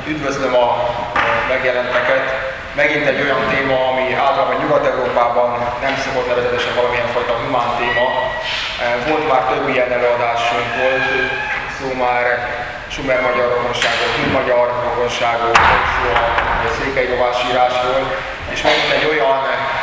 Üdvözlöm a megjelenteket. Megint egy olyan téma, ami általában Nyugat-Európában nem szokott nevezetesen valamilyen fajta humán téma. Volt már több ilyen előadásunk, volt szó már sumer magyar rokonságról, hun-magyar rokonságról, volt szó a székely lovás írásról, és megint egy olyan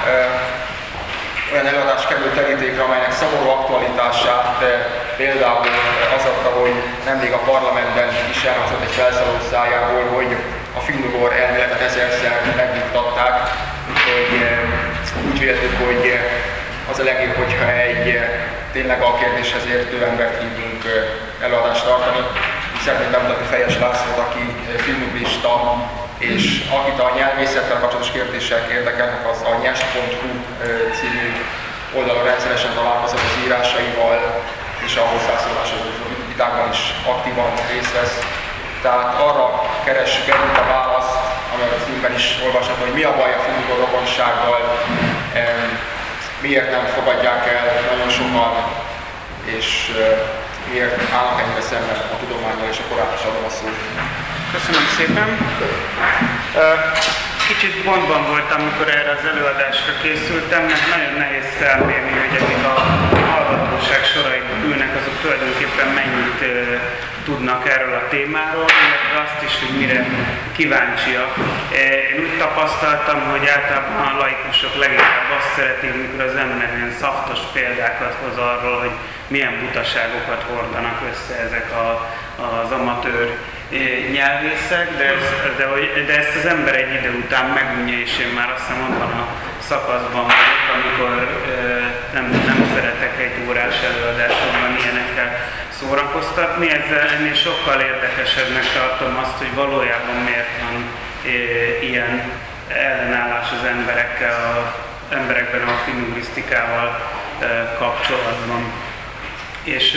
előadás került terítékre, amelynek szomorú aktualitását például az adta, hogy nemrég a parlamentben is elhangzott egy felszóló szájából, hogy a finnugor elméletet ezerszer megbuktatták, úgyhogy úgy véltük, hogy az a legjobb, hogyha tényleg a kérdéshez értő embert hívunk előadást tartani. Szeretném bemutatni Fejes Lászlót, aki filmugrista, és akit a nyelvészettel kapcsolatos kérdések érdekelnek, az a nyest.hu című oldalon rendszeresen találkozott az írásaival, és a hozzászólásokról vitákban is aktívan részt vesz. Tehát arra keressük együtt a választ, amely a címben is olvasható, hogy mi a baj a finnugor rokonsággal, miért nem fogadják el nagyon sokan, és miért állnak ennyire szemben a tudománnyal, és akkor át is adom a szót. Köszönöm szépen. Kicsit gondban voltam, amikor erre az előadásra készültem, mert nagyon nehéz felmérni, hogy akik a hallgatóság soraiban ülnek, azok tulajdonképpen mennyit tudnak erről a témáról, illetve azt is, hogy mire kíváncsiak. Én úgy tapasztaltam, hogy általában a laikusok leginkább azt szeretik, amikor az ember ilyen szaftos példákat hoz arról, hogy milyen butaságokat hordanak össze ezek az amatőr nyelvészek, de ezt az ember egy idő után megunja, és én már azt hiszem abban a szakaszban vagyok, amikor nem szeretek egy órás előadásokban ilyenekkel szórakoztatni. Ennél sokkal érdekesebbnek tartom azt, hogy valójában miért van ilyen ellenállás az emberekben a finnugrisztikával kapcsolatban. És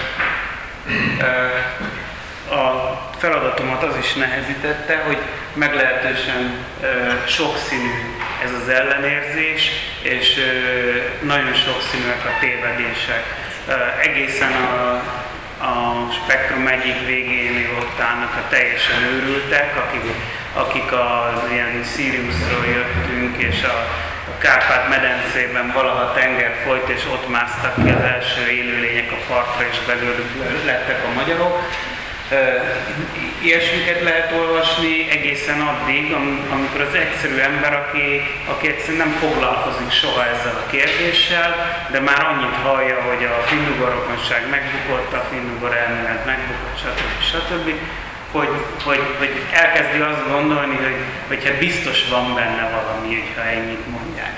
a feladatomat az is nehezítette, hogy meglehetősen sokszínű ez az ellenérzés, és nagyon sokszínűek a tévedések. Egészen a spektrum egyik végénél ott állnak a teljesen őrültek, akik az ilyen Siriusról jöttünk, és a Kárpát-medencében valaha tenger folyt, és ott másztak ki az első élőlények a partra, és belőlük lettek a magyarok. Ilyesmiket lehet olvasni egészen addig, amikor az egyszerű ember, aki egyszerűen nem foglalkozik soha ezzel a kérdéssel, de már annyit hallja, hogy a finnugor rokonság megbukott, a finnugor elmélet megbukott, stb. Hogy elkezdi azt gondolni, hogy hát biztos van benne valami, ha ennyit mondják.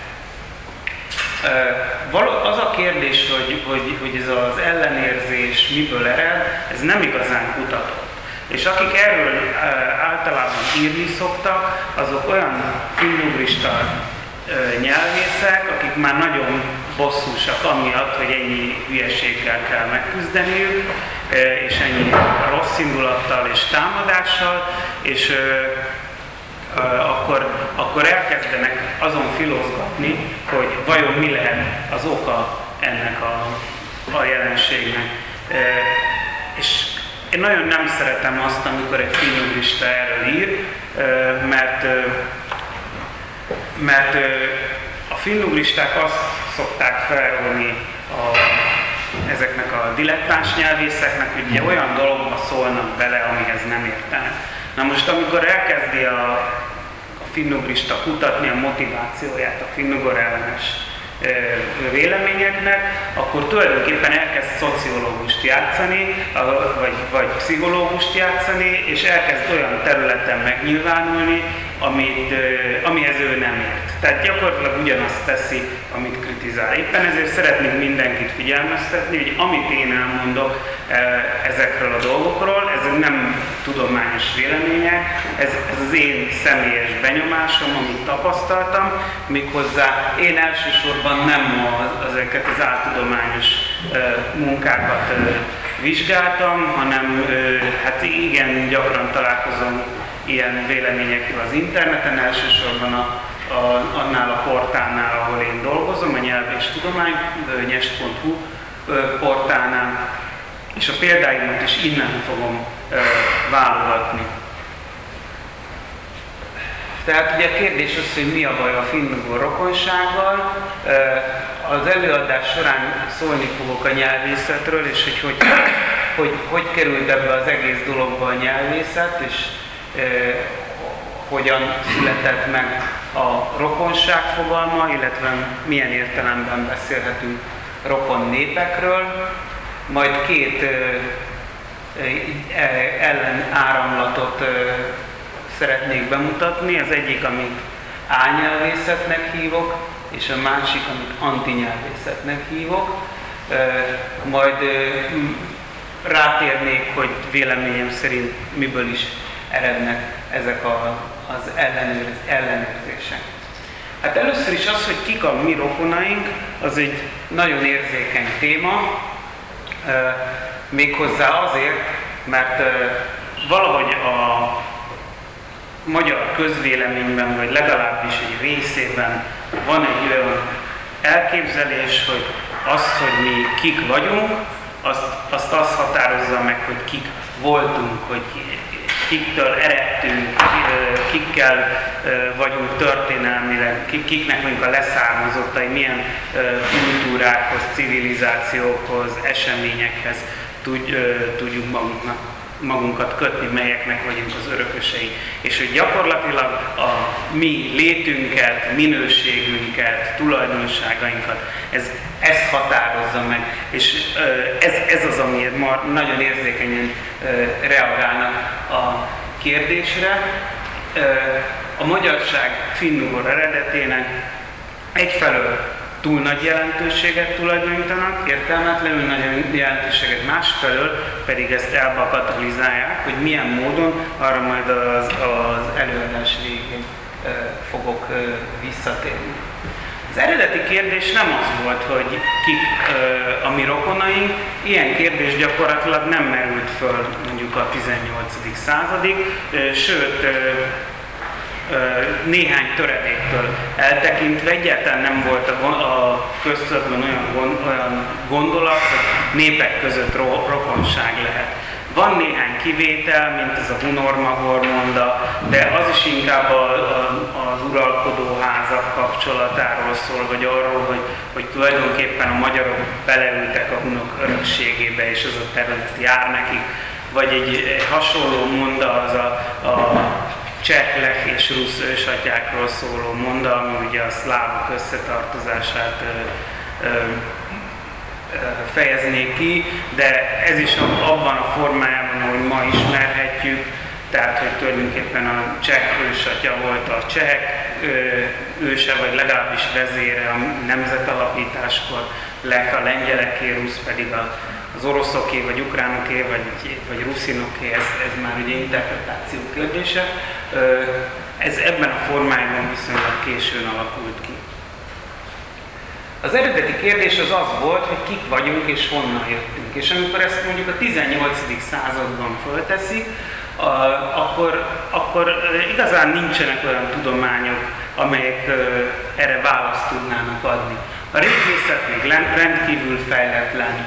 Az a kérdés, hogy ez az ellenérzés miből ered, ez nem igazán kutatott. És akik erről általában írni szoktak, azok olyan finnugrista nyelvészek, akik már nagyon bosszúsak amiatt, hogy ennyi hülyeséggel kell megküzdeniük, és ennyi rossz indulattal és támadással, és akkor elkezdenek azon filozgatni, hogy vajon mi lehet az oka ennek a jelenségnek. És én nagyon nem szeretem azt, amikor egy finnugrista erről ír, mert a finnugristák azt szokták felrólni ezeknek a dilettáns nyelvészeknek, hogy ugye olyan dologba szólnak bele, amihez nem értenek. Na most, amikor elkezdi a finnugrista kutatni a motivációját a finnugor ellenes véleményeknek, akkor tulajdonképpen elkezd szociológust játszani, vagy pszichológust játszani, és elkezd olyan területen megnyilvánulni, amihez ő nem ért. Tehát gyakorlatilag ugyanazt teszi, amit kritizál. Éppen ezért szeretnék mindenkit figyelmeztetni, hogy amit én elmondok ezekről a dolgokról, ezek nem tudományos vélemények, ez az én személyes benyomásom, amit tapasztaltam, méghozzá én elsősorban nem ezeket az áltudományos munkákat vizsgáltam, hanem hát igen gyakran találkozom ilyen véleményekkel az interneten, elsősorban annál a portálnál, ahol én dolgozom, a Nyelv és Tudomány, nyest.hu portálnál, és a példáimat is innen fogom válogatni. Tehát ugye a kérdés az, hogy mi a baj a finnugor rokonsággal. Az előadás során szólni fogok a nyelvészetről, és hogy került ebbe az egész dologba a nyelvészet, és hogyan született meg a rokonság fogalma, illetve milyen értelemben beszélhetünk rokon népekről. Majd két ellenáramlatot szeretnék bemutatni. Az egyik, amit álnyelvészetnek hívok, és a másik, amit antinyelvészetnek hívok. Majd rátérnék, hogy véleményem szerint miből is erednek ezek az ellenőrzések. Hát először is az, hogy kik a mi rokonaink, az egy nagyon érzékeny téma, méghozzá azért, mert valahogy a magyar közvéleményben, vagy legalábbis egy részében van egy olyan elképzelés, hogy az, hogy mi kik vagyunk, azt határozza meg, hogy kik voltunk, hogy kiktől eredtünk, kikkel vagyunk történelmileg, kiknek vagyunk a leszármazottai, milyen kultúrákhoz, civilizációkhoz, eseményekhez tudjuk magunkat kötni, melyeknek vagyunk az örökösei. És hogy gyakorlatilag a mi létünket, minőségünket, tulajdonságainkat, ez határozza meg. És ez az, amiért ma nagyon érzékenyen reagálnak a kérdésre. A magyarság finnugor eredetének egyfelől túl nagy jelentőséget tulajdonítanak, értelmetlenül nagy jelentőséget, másfelől pedig ezt elbakatalizálják, hogy milyen módon, arra majd az előadás végén fogok visszatérni. Az eredeti kérdés nem az volt, hogy kik a mi rokonaink, ilyen kérdés gyakorlatilag nem merült föl mondjuk a 18. századig, sőt, néhány töredéktől eltekintve egyáltalán nem volt a köztudatban olyan gondolat, hogy népek között rokonság lehet. Van néhány kivétel, mint ez a Hunor-Magor monda, de az is inkább az uralkodó házak kapcsolatáról szól, vagy arról, hogy tulajdonképpen a magyarok beleültek a hunok örökségébe, és ez a terület jár nekik. Vagy egy hasonló monda az a cseh, leh és rusz ősatyákról szóló monda, ami ugye a szlávok összetartozását fejeznék ki, de ez is abban a formájában, ahogy ma ismerhetjük, tehát hogy tulajdonképpen a cseh ősatya volt a csehek őse, vagy legalábbis vezére a nemzetalapításkor, leh a lengyeleké, rusz pedig az oroszoké, vagy ukránoké, vagy ruszinoké, ez már ugye interpretáció kérdése. Ez ebben a formájában viszonylag későn alakult ki. Az eredeti kérdés az volt, hogy kik vagyunk és honnan jöttünk. És amikor ezt mondjuk a 18. században fölteszi, akkor igazán nincsenek olyan tudományok, amelyek erre választ tudnának adni. A régészet még rendkívül fejletlen,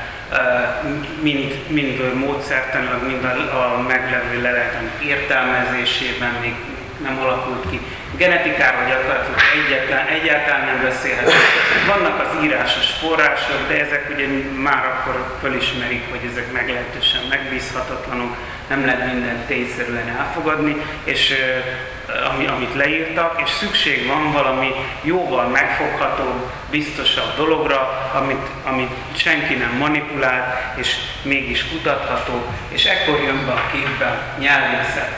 mind módszertanilag, mind a meglevő leletek értelmezésében még nem alakult ki. Genetikáról gyakorlatilag egyáltalán nem beszélhetünk. Vannak az írásos források, de ezek ugye már akkor fölismerik, hogy ezek meglehetősen megbízhatatlanok, nem lehet mindent tényszerűen elfogadni, és amit leírtak, és szükség van valami jóval megfoghatóbb, biztosabb dologra, amit senki nem manipulált, és mégis kutatható, és ekkor jön be a képbe nyelvészet.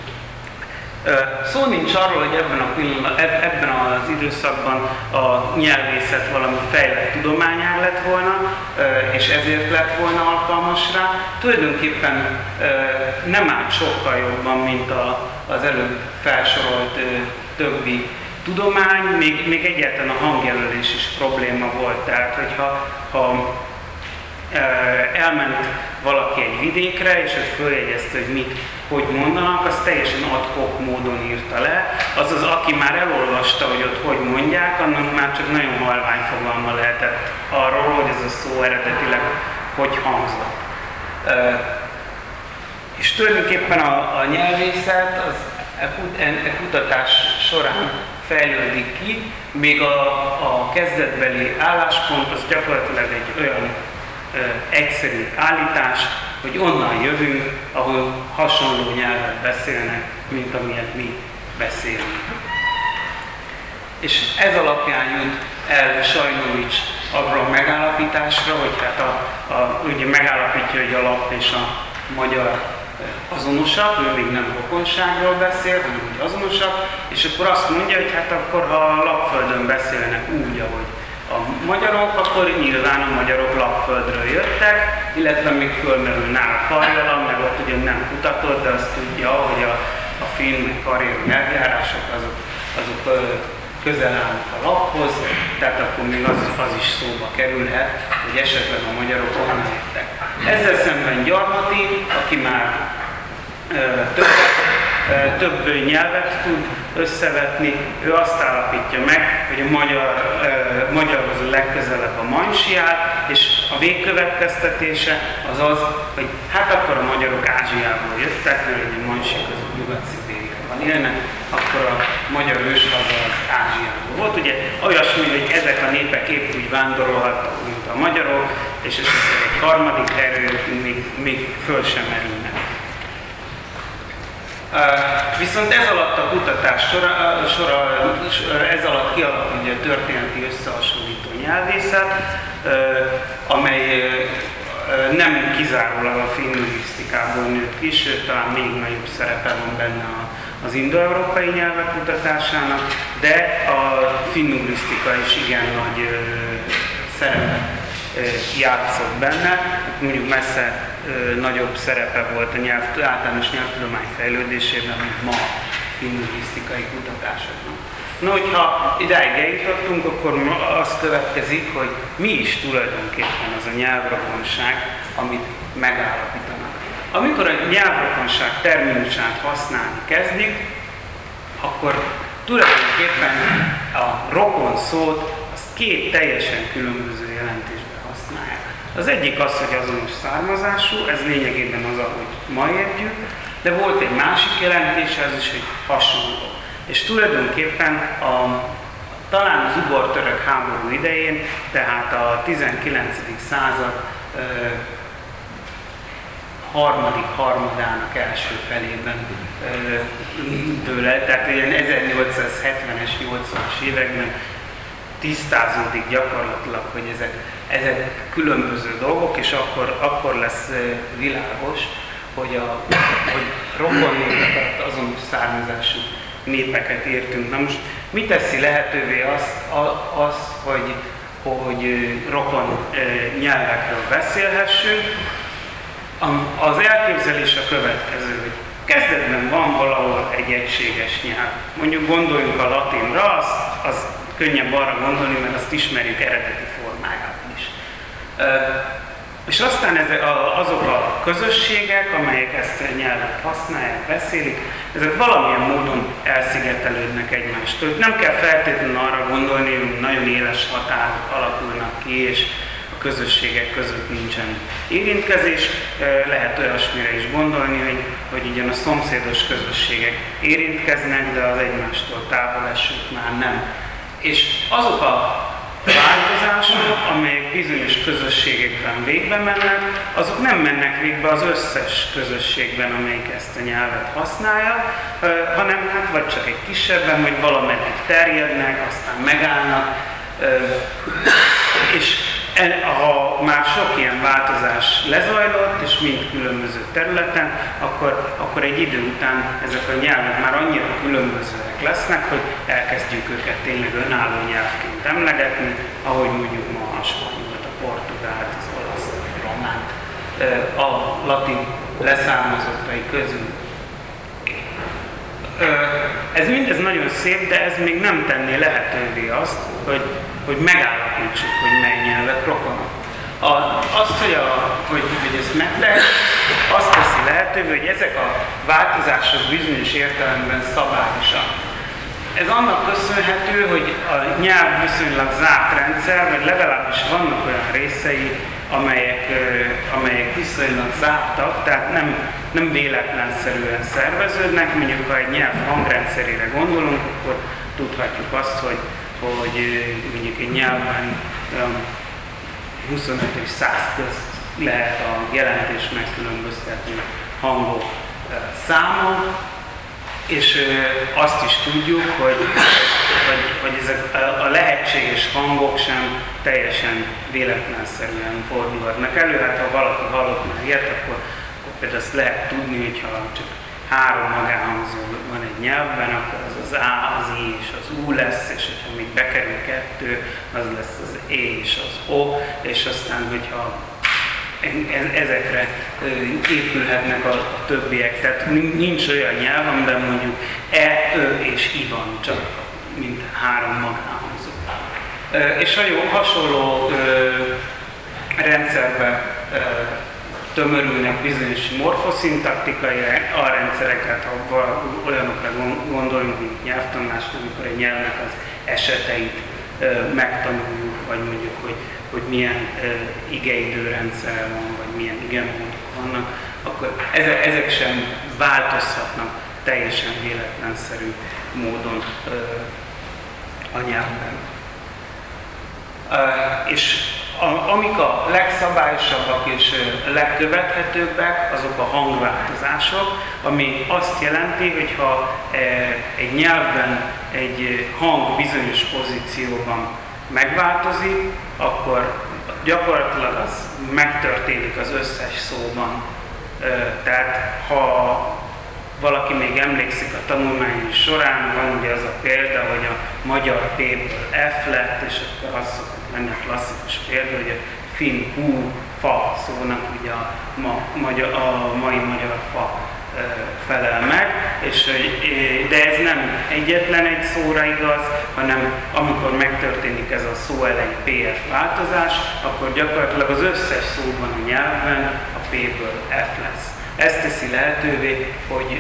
Szó nincs arról, hogy ebben az időszakban a nyelvészet valami fejlett tudományá lett volna, és ezért lett volna alkalmas rá. Tulajdonképpen nem állt sokkal jobban, mint az előbb felsorolt többi tudomány, még egyáltalán a hangjelölés is probléma volt. Tehát, hogyha elment valaki egy vidékre, és hogy följegyezte, hogy hogy mondanak, az teljesen ad hoc módon írta le. Azaz, aki már elolvasta, hogy ott hogy mondják, annak már csak nagyon halvány fogalma lehetett arról, hogy ez a szó eredetileg hogy hangzott. És tulajdonképpen a nyelvészet kutatás során fejlődik ki, még a kezdetbeli álláspont az gyakorlatilag egy olyan egyszerű állítás, hogy onnan jövünk, ahol hasonló nyelvet beszélnek, mint amilyet mi beszélünk. És ez alapján jut el Sajnovics arra a megállapításra, hogy hát ugye megállapítja, hogy a lap és a magyar azonosak, ő még nem rokonságról beszél, hanem úgy azonosak, és akkor azt mondja, hogy hát akkor ha a Lapföldön beszélnek úgy, ahogy a magyarok, akkor nyilván a magyarok Lapföldről jöttek, illetve még fölmerül nála Karjala, meg ott ugye nem kutatott, de azt tudja, hogy a finn meg karjai nyelvjárások azok közel állnak a laphoz, tehát akkor még az is szóba kerülhet, hogy esetleg a magyarok onnan jöttek. Ezzel szemben Gyarmati, aki már több nyelvet tud összevetni, ő azt állapítja meg, hogy a magyarhoz a legközelebb a mansi áll, és a végkövetkeztetése az az, hogy hát akkor a magyarok Ázsiából jöttek, mert egy mansi között Nyugat-Szibériában élnek, akkor a magyar őshaza az Ázsiából volt. Ugye olyasmi, hogy ezek a népek épp úgy vándorolhattak, mint a magyarok, és esetleg egy harmadik erő még föl sem merülnek. Viszont ez alatt a kutatás ez alatt kialakul a történeti összehasonlító nyelvészet, amely nem kizárólag a finnugrisztikából nőtt ki, sőt talán még nagyobb szerepe van benne az indoeurópai nyelvek kutatásának, de a finnugrisztika is igen nagy szerepet játszott benne, mondjuk messze nagyobb szerepe volt a általános nyelvtudomány fejlődésében, mint ma finnugrisztikai kutatásoknak. Na, hogyha idáig eljutottunk, akkor az következik, hogy mi is tulajdonképpen az a nyelvrokonság, amit megállapítanak. Amikor a nyelvrokonság terminusát használni kezdik, akkor tulajdonképpen a rokon szót azt két teljesen különböző jelentésben használják. Az egyik az, hogy azonos származású, ez lényegében az, ahogy ma értjük, de volt egy másik jelentése, az is, hogy hasonló. És tulajdonképpen talán az ugor-török háború idején, tehát a 19. század harmadik harmadának első felében dől el, tehát ilyen 1870-es, 80-as években tisztázódik gyakorlatilag, hogy ezek különböző dolgok, és akkor lesz világos, hogy rokon népeket, azonos származású népeket értünk. Na most mi teszi lehetővé azt hogy rokon nyelvekről beszélhessünk? Az elképzelés a következő, hogy kezdetben van valahol egy egységes nyelv. Mondjuk gondoljunk a latinra, az könnyebb arra gondolni, mert azt ismerjük eredeti formájában is. És aztán azok a közösségek, amelyek ezt a nyelvet használják, beszélik, ezek valamilyen módon elszigetelődnek egymástól. Nem kell feltétlenül arra gondolni, hogy nagyon éles határok alakulnak ki, és a közösségek között nincsen érintkezés. Lehet olyasmire is gondolni, hogy ugyan a szomszédos közösségek érintkeznek, de az egymástól távol esők már nem. És azok a változások, amelyek bizonyos közösségekben végbe mennek, azok nem mennek végbe az összes közösségben, amelyik ezt a nyelvet használja, hanem hát vagy csak egy kisebben, vagy valameddig terjednek, aztán megállnak, és ha már sok ilyen változás lezajlott, és mind különböző területen, akkor egy idő után ezek a nyelvek már annyira különbözőek lesznek, hogy elkezdjük őket tényleg önálló nyelvként emlegetni, ahogy mondjuk ma a spanyol, a portugált, az olasz, a románt, a latin leszármazottai közül. Ez mindez nagyon szép, de ez még nem tenné lehetővé azt, hogy megállapítsuk, hogy mely nyelvek rokonok. Hogy ezt meg lehet, azt teszi lehetővé, hogy ezek a változások bizonyos értelemben szabályosak. Ez annak köszönhető, hogy a nyelv viszonylag zárt rendszer, vagy legalábbis vannak olyan részei, amelyek viszonylag zártak, tehát nem véletlenszerűen szerveződnek. Mondjuk, ha egy nyelv hangrendszerére gondolunk, akkor tudhatjuk azt, hogy mondjuk egy nyelvben 25 és 100 közt lehet a jelentést megkülönböztetni hangok száma, és azt is tudjuk, hogy ezek a lehetséges hangok sem teljesen véletlenszerűen fordulhatnak elő. Hát ha valaki hallott már ilyet, akkor például azt lehet tudni, hogyha csak 3 magánhangzó van egy nyelvben, akkor az A, az I és az U lesz, és hogyha még bekerül 2, az lesz az E és az O, és aztán, hogyha ezekre épülhetnek a többiek. Tehát nincs olyan nyelv, amiben mondjuk E, Ö és I van, csak mint 3 magánhangzó. És hasonló rendszerbe tömörülnek bizonyos morfoszintaktikai alrendszereket, ha olyanokra gondoljunk, mint nyelvtanulást, amikor egy nyelvnek az eseteit megtanuljuk, vagy mondjuk, hogy milyen igeidőrendszer van, vagy milyen igemódok vannak, akkor ezek sem változhatnak teljesen véletlenszerű módon a nyelvben. És amik a legszabályosabbak és legkövethetőbbek, azok a hangváltozások, ami azt jelenti, hogy ha egy nyelvben egy hang bizonyos pozícióban megváltozik, akkor gyakorlatilag az megtörténik az összes szóban. Tehát ha valaki még emlékszik a tanulmány során, van ugye az a példa, hogy a magyar P-ből F lett, és akkor az szokott lenni a klasszikus példa, hogy a finn hú, fa szónak ugye a mai magyar fa felel meg, de ez nem egyetlen egy szóra igaz, hanem amikor megtörténik ez a szó elejé PF változás, akkor gyakorlatilag az összes szóban a nyelvben a P-ből F lesz. Ez teszi lehetővé,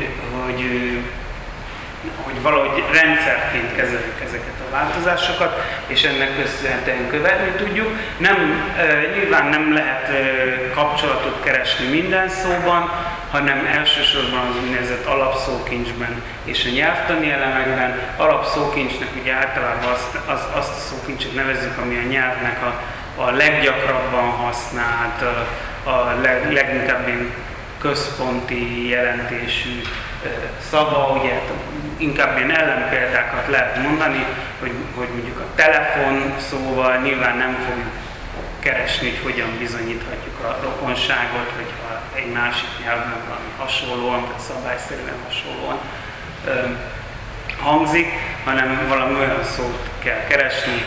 hogy valahogy rendszerként kezeljük ezeket a változásokat, és ennek köszönhetően követni tudjuk. Nyilván nem lehet kapcsolatot keresni minden szóban, hanem elsősorban az úgynevezett alapszókincsben és a nyelvtani elemekben. Alapszókincsnek ugye általában azt a szókincset nevezzük, ami a nyelvnek a leggyakrabban használt, a leginkább központi jelentésű szava, ugye inkább ilyen ellenpéldákat lehet mondani, hogy mondjuk a telefon szóval nyilván nem fogjuk keresni, hogy hogyan bizonyíthatjuk a rokonságot, hogyha egy másik nyelvben valami hasonlóan, vagy szabályszerűen hasonlóan hangzik, hanem valami olyan szót kell keresni,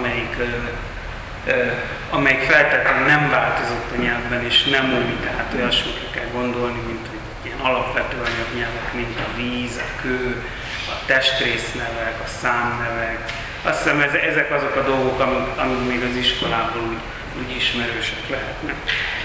amelyik feltétlenül nem változott a nyelvben, és nem új, tehát olyasmikre kell gondolni, mint hogy ilyen alapvető anyagnyelvek, mint a víz, a kő, a testrésznevek, a számnevek. Azt hiszem, ezek azok a dolgok, amik még az iskolából úgy ismerősek lehetnek.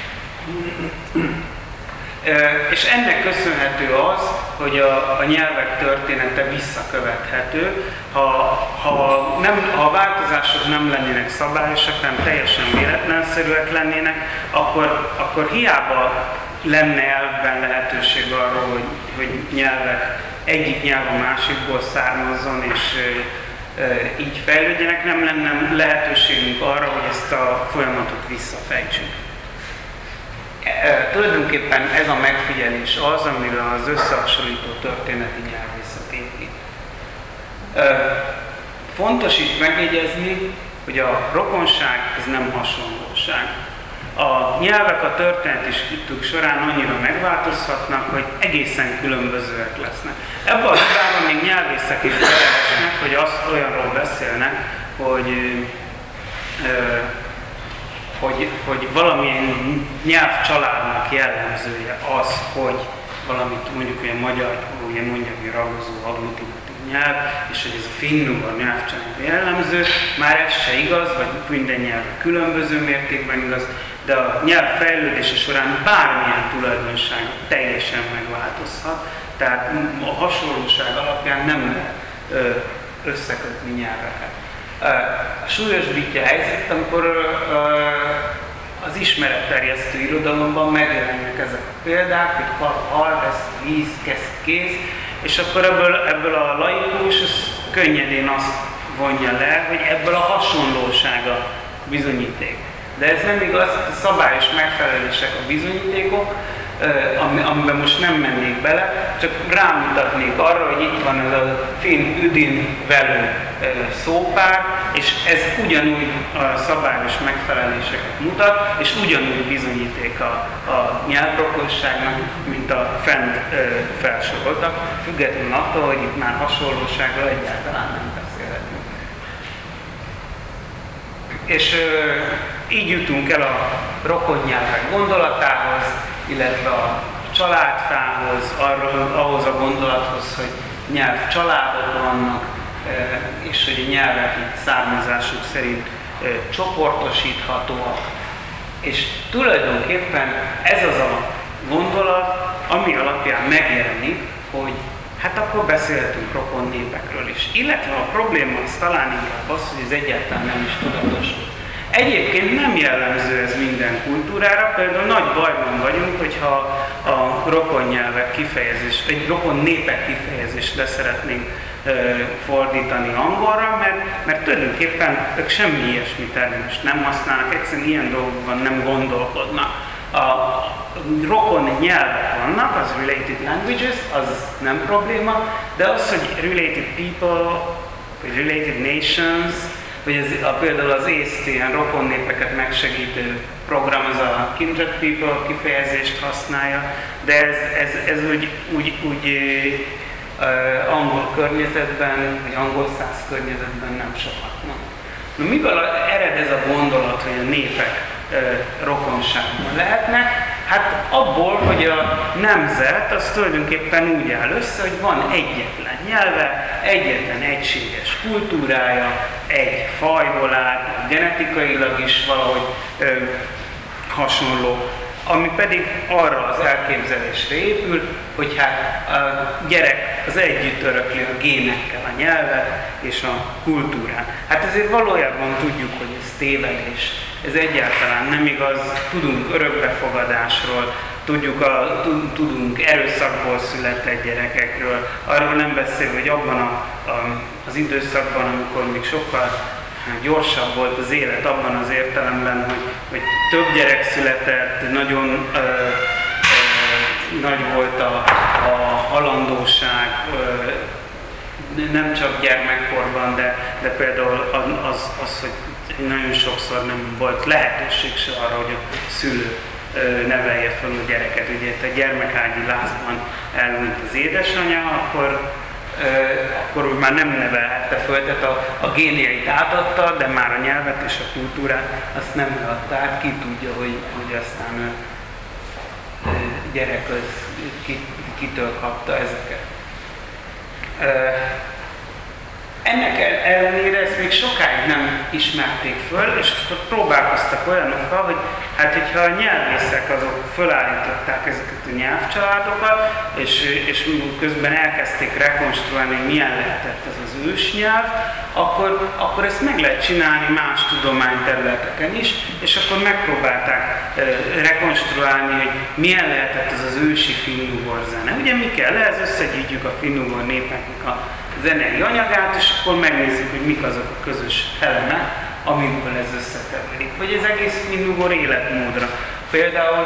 És ennek köszönhető az, hogy a nyelvek története visszakövethető. Ha a változások nem lennének szabályosak, hanem teljesen véletlenszerűek lennének, akkor hiába lenne elvben lehetőség arról, hogy egyik nyelv a másikból származzon, és így fejlődjenek, nem lenne lehetőségünk arra, hogy ezt a folyamatot visszafejtsük. Tulajdonképpen ez a megfigyelés az, amire az összehasonlító történeti nyelvészet épít. Fontos itt megjegyezni, hogy a rokonság ez nem hasonlóság. A nyelvek a történeti útjuk során annyira megváltozhatnak, hogy egészen különbözőek lesznek. Ebben a hibában még nyelvészek is beleesnek, hogy azt olyanról beszélnek, hogy valamilyen nyelvcsaládnak jellemzője az, hogy valamit mondjuk olyan magyar, ugye mondja, hogy ragozó, agglutinatív nyelv, és hogy ez a finnugor nyelvcsalád jellemző, már ez se igaz, vagy minden nyelv különböző mértékben igaz, de a nyelv fejlődése során bármilyen tulajdonság teljesen megváltozhat, tehát a hasonlóság alapján nem lehet összekötni nyelveket. Súlyosbítja a helyzet, amikor az ismeretterjesztő irodalomban megjelennek ezek a példák, hogy hal, vesz, víz, kéz, és akkor ebből a laikus könnyedén azt vonja le, hogy ebből a hasonlósága bizonyíték. De ez nem igaz, a szabályos megfelelések a bizonyítékok, amiben most nem mennék bele, csak rámutatnék arra, hogy itt van ez a finn üdin velő szópár, és ez ugyanúgy a szabályos megfeleléseket mutat, és ugyanúgy bizonyíték a nyelvrokosságnak, mint a fent felsoroltak, függetlenül attól, hogy itt már hasonlóságról egyáltalán nem beszélhetünk. És így jutunk el a rokonnyelvek gondolatához, illetve a családfához, ahhoz a gondolathoz, hogy nyelvcsaládok vannak, és hogy a nyelvek származásuk szerint csoportosíthatóak. És tulajdonképpen ez az a gondolat, ami alapján megjelenik, hogy hát akkor beszélhetünk rokon népekről is. Illetve a probléma az talán inkább az, hogy ez egyáltalán nem is tudatos. Egyébként nem jellemző ez minden kultúrára, például nagy bajban vagyunk, hogyha a rokon nyelvek kifejezés, vagy rokon népek kifejezést le szeretnénk fordítani angolra, mert tulajdonképpen ők semmi ilyesmi terminust nem használnak, egyszerűen ilyen dolgokban nem gondolkodnak. A rokon nyelvek vannak, az related languages, az nem probléma, de az, hogy related people, vagy related nations, vagy például az észt ilyen rokon népeket megsegítő program, az a kindred people kifejezést használja, de ez úgy angol környezetben, vagy angol száz környezetben nem sokat van. Na, miből ered ez a gondolat, hogy a népek rokonságban lehetnek? Hát abból, hogy a nemzet az tulajdonképpen úgy áll össze, hogy van egyetlen nyelve, egyetlen egységes kultúrája, egy fajból áll, genetikailag is valahogy hasonló, ami pedig arra az elképzelésre épül, hogy hát a gyerek az együtt örökli a génekkel a nyelvet és a kultúrát. Hát ezért valójában tudjuk, hogy ez tévedés. Ez egyáltalán nem igaz, tudunk örökbefogadásról, tudunk erőszakból született gyerekekről, arról nem beszélve, hogy abban az időszakban, amikor még sokkal gyorsabb volt az élet, abban az értelemben, hogy több gyerek született, nagyon nagy volt a halandóság, nem csak gyermekkorban, de például az, hogy nagyon sokszor nem volt lehetőség se arra, hogy a szülő nevelje fel a gyereket. Ugye a gyermekágyi lázban elhunyt az édesanyja, akkor már nem nevelhette föl, tehát a génieit átadta, de már a nyelvet és a kultúrát azt nem adta át. Ki tudja, hogy aztán gyerek kitől kapta ezeket. Ennek ellenére ezt még sokáig nem ismerték föl, és akkor próbálkoztak olyanokkal, hogy hát hogyha a nyelvészek azok fölállították ezeket a nyelvcsaládokat, és közben elkezdték rekonstruálni, hogy milyen lehetett ez az ősnyelv, akkor ezt meg lehet csinálni más tudományterületeken is, és akkor megpróbálták rekonstruálni, hogy milyen lehetett ez az ősi finnugor zene. Ugye mi kell? Ehhez összegyűjtjük a finnugor népeknek a zenei anyagát, és akkor megnézzük, hogy mik azok a közös elemek, amikből ez összekeverik. Vagy az egész finnugor életmódra. Például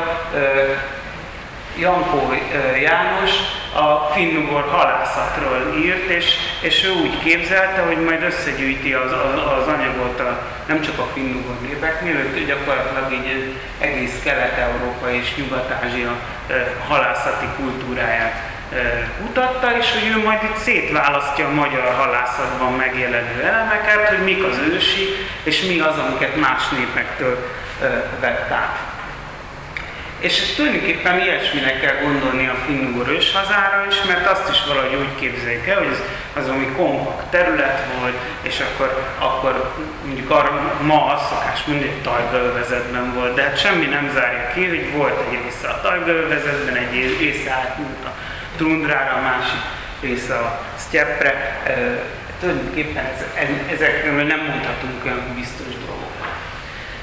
Jankó János a finnugor halászatról írt, és ő úgy képzelte, hogy majd összegyűjti az anyagot nem csak a finnugor népeknél, ő gyakorlatilag így egész Kelet-Európa és Nyugat-Ázsia halászati kultúráját kutatta, és hogy ő majd itt szétválasztja a magyar halászatban megjelenő elemeket, hogy mik az ősi, és mi az, amiket más népektől vett át. És tulajdonképpen ilyesminek kell gondolni a finnugor őshazára is, mert azt is valahogy úgy képzeljük el, hogy az ami kompakt terület volt, és akkor mondjuk arra ma azt szokás mondani, hogy tajgaövezetben volt, de hát semmi nem zárja ki, hogy volt egy része a tajgaövezetben, egy része átnyúlt a tundrára, a másik része a sztyeppre. Tulajdonképpen ezekről nem mondhatunk olyan biztos dolgokat.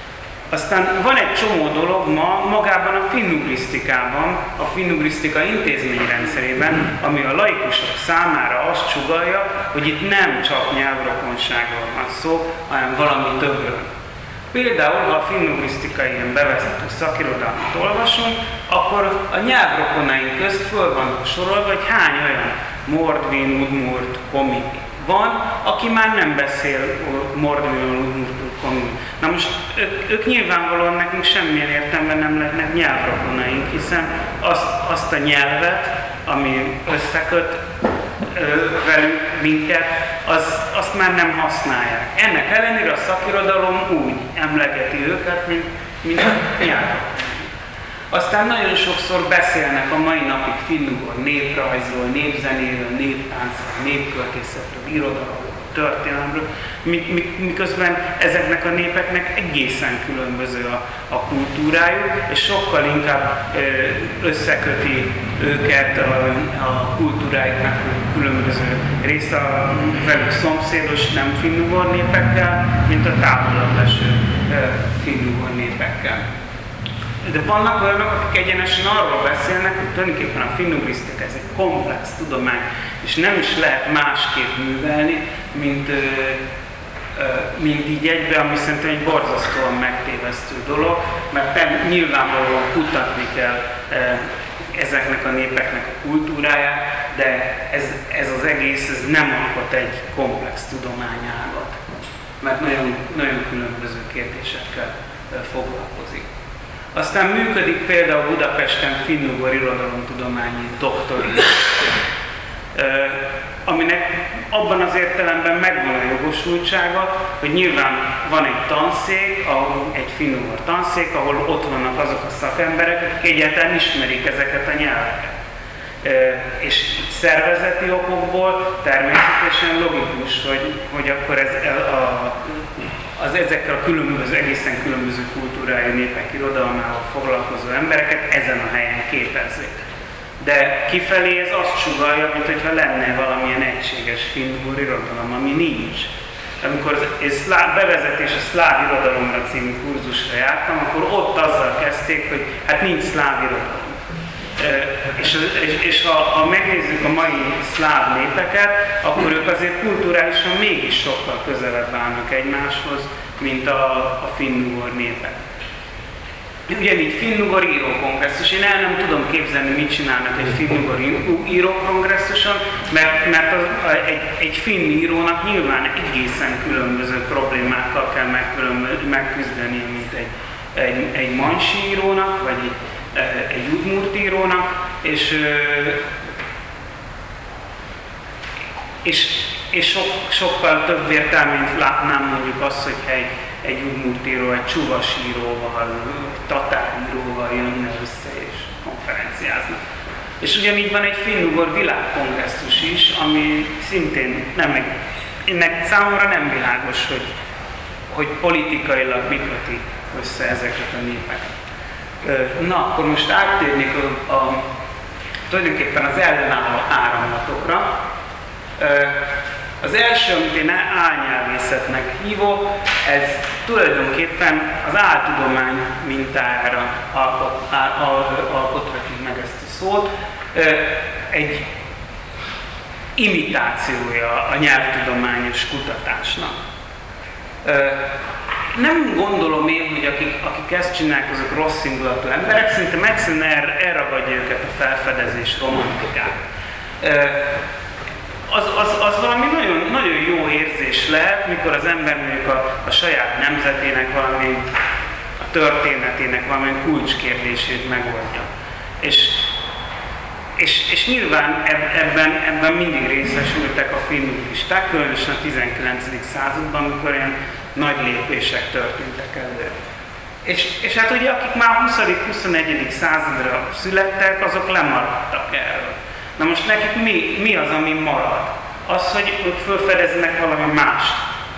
Aztán van egy csomó dolog ma magában a finnugrisztikában, a finnugrisztika intézményrendszerében, ami a laikusok számára azt sugallja, hogy itt nem csak nyelvrokonságról van szó, hanem valami többről. Például, ha a finnugrisztikai ilyen bevezető szakirodalmat olvasunk, akkor a nyelvrokonaink közt föl van sorolva, hogy hány olyan mordvin, udmurt, komi van, aki már nem beszél mordvin, udmurt, komi. Na most ők nyilvánvalóan nekünk semmilyen értelemben nem lehetnek nyelvrokonaink, hiszen azt a nyelvet, ami összeköt velünk minket, azt már nem használják. Ennek ellenére a szakirodalom úgy emlegeti őket, mint a nyelvrokonaink. Aztán nagyon sokszor beszélnek a mai napig finnugor néprajzról, népzenéről, néptáncról, népköltészetről, irodalomról, történelemről, miközben ezeknek a népeknek egészen különböző a kultúrájuk, és sokkal inkább összeköti őket a kultúráiknak különböző része a velük szomszédos nem finnugor népekkel, mint a távolabb eső finnugor népekkel. De vannak olyanok, akik egyenesen arról beszélnek, hogy tulajdonképpen a finnugrisztika ez egy komplex tudomány, és nem is lehet másképp művelni, mint így egybe, ami szerintem egy borzasztóan megtévesztő dolog, mert nyilvánvalóan kutatni kell ezeknek a népeknek a kultúráját, de ez az egész ez nem alkot egy komplex tudományágat, mert nagyon, nagyon különböző kérdésekkel foglalkozik. Aztán működik például Budapesten finnugor irodalomtudományi doktori, aminek abban az értelemben megvan a jogosultsága, hogy nyilván van egy tanszék, egy finnugor tanszék, ahol ott vannak azok a szakemberek, akik egyáltalán ismerik ezeket a nyelveket. És szervezeti okokból természetesen logikus, hogy akkor ezekkel a különböző, egészen különböző kultúrájú népek irodalmával foglalkozó embereket ezen a helyen képezzék. De kifelé ez azt sugallja, mintha lenne valamilyen egységes finnugor irodalom, ami nincs. Amikor bevezetés a szláv irodalomra című kurzusra jártam, akkor ott azzal kezdték, hogy hát nincs szláv irodalom. És ha megnézzük a mai szláv népeket, akkor ők azért kulturálisan mégis sokkal közelebb állnak egymáshoz, mint a finnugor népek. Ugyanígy finnugor írókongresszus. Én el nem tudom képzelni, mit csinálnak egy finnugor írókongresszuson, mert egy finn írónak nyilván egészen különböző problémákkal kell megküzdeni, mint egy mansi írónak, vagy egy udmurt írónak, és sokkal több értelmét látnám mondjuk azt, hogyha egy udmurt író, egy csuvas íróval, tatár íróval jönne össze és konferenciázna. És ugyanígy van egy finnugor világkongresszus is, ami szintén ennek számomra nem világos, hogy politikailag mi köti össze ezeket a népeket. Na, akkor most áttérnék tulajdonképpen az ellenálló áramlatokra. Az első, amit én álnyelvészetnek hívok, ez tulajdonképpen az áltudomány mintájára alkothatjuk meg ezt a szót. Egy imitációja a nyelvtudományos kutatásnak. Nem gondolom én, hogy akik ezt csinálják, azok rossz indulatú emberek, szerintem egyszerűen elragadja őket a felfedezés romantikát. Az valami nagyon, nagyon jó érzés lehet, mikor az ember mondjuk a saját nemzetének valami, a történetének valamilyen kulcskérdését megoldja. És nyilván ebben mindig részesültek a finnugristák, különösen a 19. században, amikor ilyen nagy lépések történtek elő. És hát ugye akik már a 20.-21. századra születtek, azok lemaradtak erről. Na most nekik mi az, ami marad? Az, hogy ők felfedeznek valami mást,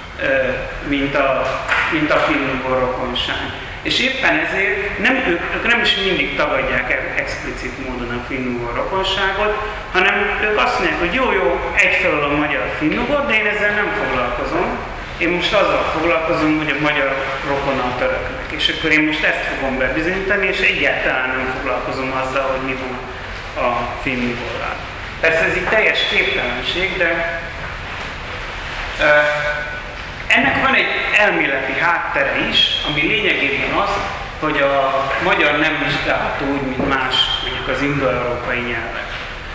mint a finnugor rokonság. És éppen ezért ők nem is mindig tagadják explicit módon a finnugor rokonságot, hanem ők azt mondják, hogy jó, egyfelől a magyar finnugor, de én ezzel nem foglalkozom. én most azzal foglalkozom, hogy a magyar rokona a töröknek, és akkor én most ezt fogom bebizonyítani, és egyáltalán nem foglalkozom azzal, hogy mi van a finnugorral. Persze ez így teljes képtelenség, de ennek van egy elméleti háttere is, ami lényegében az, hogy a magyar nem vizsgálható úgy, mint más, mondjuk az indo-európai nyelvek.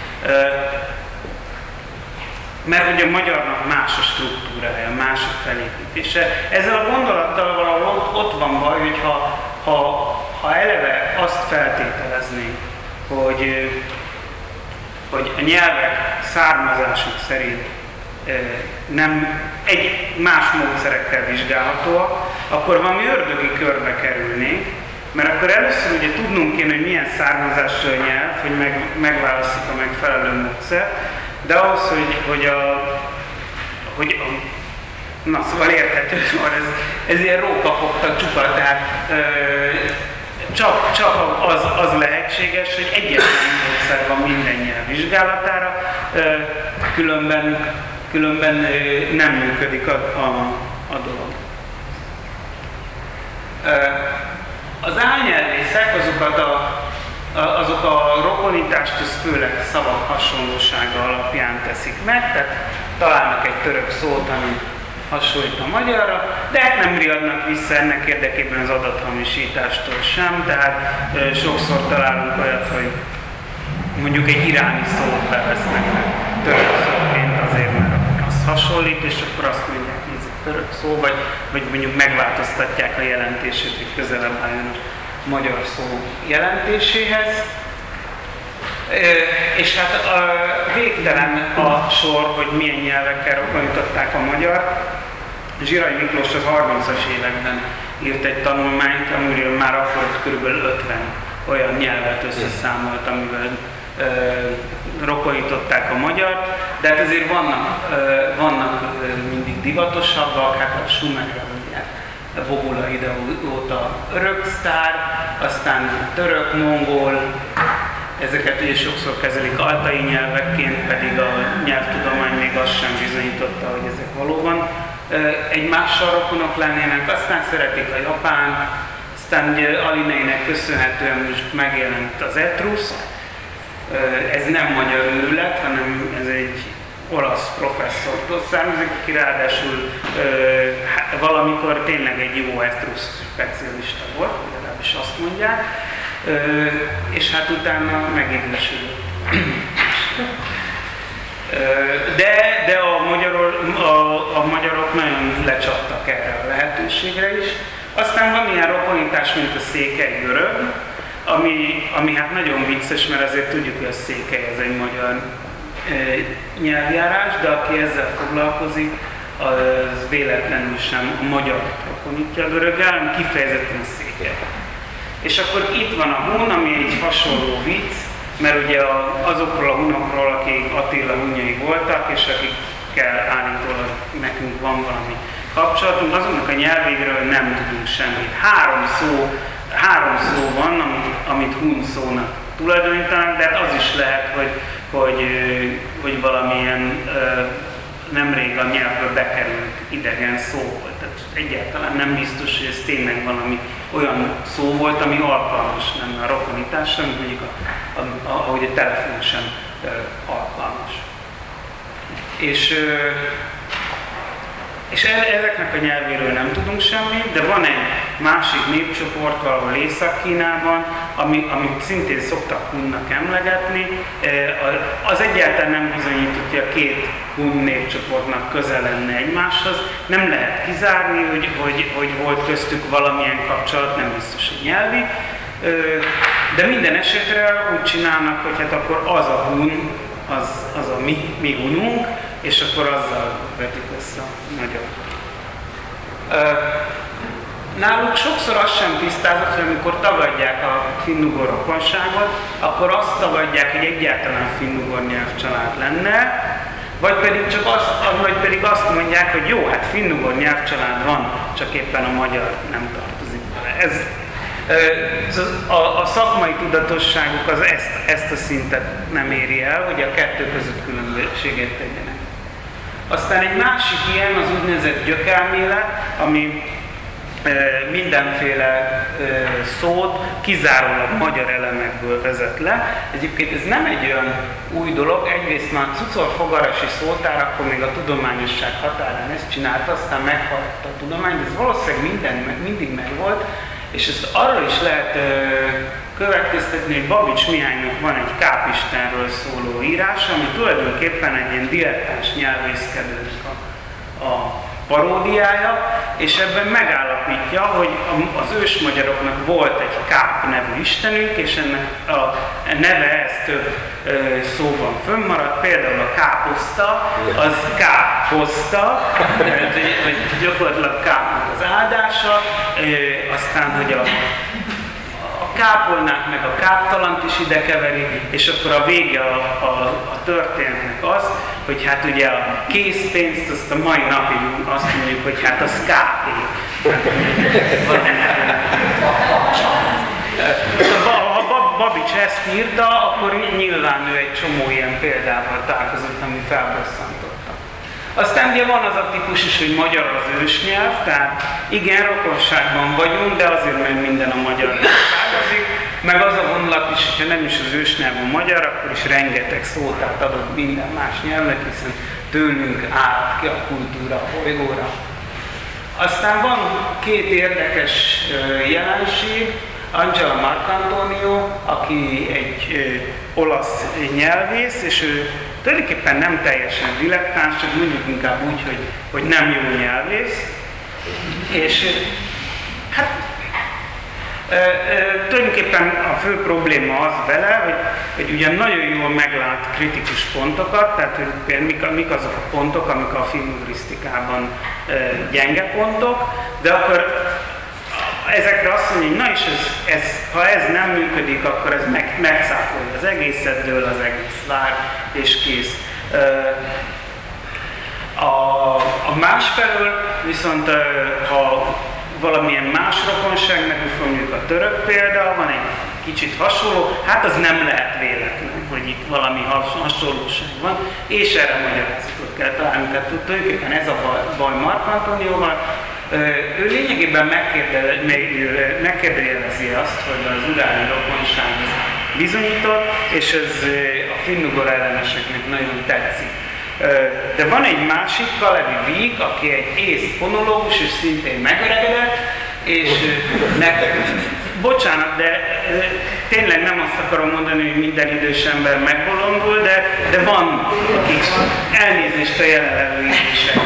Mert hogy a magyarnak más a struktúrája, más a felépítése. Ezzel a gondolattal valahol ott van baj, hogy ha eleve azt feltételeznénk, hogy a nyelvek származásuk szerint nem más módszerekkel vizsgálhatóak, akkor valami ördögi körbe kerülnénk, mert akkor először ugye tudnunk kéne, hogy milyen származású a nyelv, hogy megválasszuk a megfelelő módszert, de ahhoz, na szóval érthető, szóval ez ilyen rókafogta csupa, tehát csak az lehetséges, hogy egyetlen módszer van minden nyelv vizsgálatára, különben nem működik a dolog. Az álnyelvészek azok a rokonítást, ez főleg szavak hasonlósága alapján teszik meg, tehát találnak egy török szót, ami hasonlít a magyarra, de hát nem riadnak vissza ennek érdekében az adathamisítástól sem, tehát sokszor találunk olyat, hogy mondjuk egy iráni szót bevesznek török szóként azért, mert az hasonlít, és akkor azt mondják, hogy ez egy török szó, vagy mondjuk megváltoztatják a jelentését, hogy közelebb álljon a magyar szó jelentéséhez. És hát végtelen a sor, hogy milyen nyelvekkel rokonították a magyar. Zsirai Miklós az 30-as években írt egy tanulmányt, amiről már akkor kb. 50 olyan nyelvet összeszámolt, amivel rokonították a magyart, de hát azért vannak mindig divatosabbak, hát a sumerra mondják, a Bogula ide óta örök sztár, aztán török, mongol, ezeket ugye sokszor kezelik altai nyelvekként, pedig a nyelvtudomány még azt sem bizonyította, hogy ezek valóban egymással rokonok lennének, aztán szeretik a japán, aztán ugye Alineinek köszönhetően most megjelent az etruszk. Ez nem magyar őrület, hanem ez egy olasz professzortól származik, aki ráadásul valamikor tényleg egy jó etruszk specialista volt, legalábbis azt mondják, és hát utána megidősödött. De a magyarok nagyon lecsaptak erre a lehetőségre is. Aztán van ilyen rokonítás, mint a székely görög, ami hát nagyon vicces, mert azért tudjuk, hogy a székely ez egy magyar nyelvjárás, de aki ezzel foglalkozik, az véletlenül sem a magyar rokonítja a göröggel, hanem kifejezetten székely. És akkor itt van a hun, ami egy hasonló vicc, mert ugye azokról a hunokról, akik Attila hunjai voltak, és akikkel állítólag nekünk van valami kapcsolatunk, azoknak a nyelvéről nem tudunk semmit. Három szó van, amit hun szónak tulajdonítanak, de hát az is lehet, hogy valamilyen nemrég a nyelvből bekerült idegen szó volt. Tehát egyáltalán nem biztos, hogy ez tényleg valami olyan szó volt, ami alkalmas lenne a rokonításra, mint mondjuk ahogy a telefon sem alkalmas. És ezeknek a nyelvéről nem tudunk semmit, de van egy másik népcsoport valahol Észak-Kínában, amit szintén szoktak hunnak emlegetni. Az egyáltalán nem bizonyított, hogy a két hun népcsoportnak közel lenne egymáshoz. Nem lehet kizárni, hogy volt köztük valamilyen kapcsolat, nem biztos, hogy nyelvi. De minden esetre úgy csinálnak, hogy hát akkor az a hun, az a mi hununk, és akkor azzal vetik össze a magyar. Náluk sokszor az sem tisztázott, hogy amikor tagadják a finnugor rokonságot, akkor azt tagadják, hogy egyáltalán finnugor nyelvcsalád lenne, vagy pedig azt mondják, hogy jó, hát finnugor nyelvcsalád van, csak éppen a magyar nem tartozik bele. A szakmai tudatosságuk az ezt a szintet nem éri el, hogy a kettő között különbséget tegyenek. Aztán egy másik ilyen az úgynevezett gyökelmélet, ami mindenféle szót kizárólag magyar elemekből vezet le. Egyébként ez nem egy olyan új dolog, egyrészt már Cucor-Fogarasi szótár, akkor még a tudományosság határán ezt csinálta, aztán meghalt a tudomány, de ez valószínűleg mindig megvolt, és ezt arról is lehet következtetni, hogy Babics Mihálynak van egy Kápistenről szóló írás, ami tulajdonképpen egy ilyen dilettáns nyelvészkedőnek a paródiája, és ebben megállapítja, hogy az ősmagyaroknak volt egy Káp nevű istenünk, és ennek a neve ez több szóban fönnmaradt, például a káposzta, az káposzta, vagy gyakorlatilag Kápnak az áldása, aztán, hogy a kápolnát meg a káptalant is ide keveri, és akkor a vége a történetnek az, hogy hát ugye a készpénzt azt a mai napig azt mondjuk, hogy hát az kápé. Ha Babics ezt írta, akkor nyilván ő egy csomó ilyen példával találkozott, ami felbosszantotta. Aztán ugye van az a típus is, hogy magyar az ősnyelv, tehát igen, rokonságban vagyunk, de azért, mert minden a magyarnak származik, meg az a vonulat is, hogyha nem is az ősnyelv a magyar, akkor is rengeteg szótát adott minden más nyelvnek, hiszen tőlünk állt ki a kultúra a bolygóra. Aztán van két érdekes jelenség, Angela Marcantonio, aki egy olasz nyelvész, és ő tulajdonképpen nem teljesen dilettáns, csak mondjuk inkább úgy, hogy nem jó nyelvész. És hát tulajdonképpen a fő probléma az vele, hogy ugyan nagyon jól meglát kritikus pontokat, tehát hogy például mik azok a pontok, amik a filmugrisztikában gyenge pontok, de akkor ezekre azt mondja, hogy na és ha ez nem működik, akkor ez megszáfolja az egészet, dől az egész vár, és kész. A másfelől viszont, ha valamilyen más rokonság, meg mondjuk a török példa, van egy kicsit hasonló, hát az nem lehet véletlen, hogy itt valami hasonlóság van, és erre magyarázatot kell találni. Tehát tulajdonképpen ez a baj Marcantonioval. Ő lényegében megkérdőjelezi azt, hogy az uráni rokonság bizonyított, és ez a finnugor elleneseknek nagyon tetszik. De van egy másik, Kalevi Víg, aki egy ész fonológus, és szintén megöregedett, és bocsánat, de tényleg nem azt akarom mondani, hogy minden idős ember megbolondul, de van, akik elnézést a jelenlevő idősek.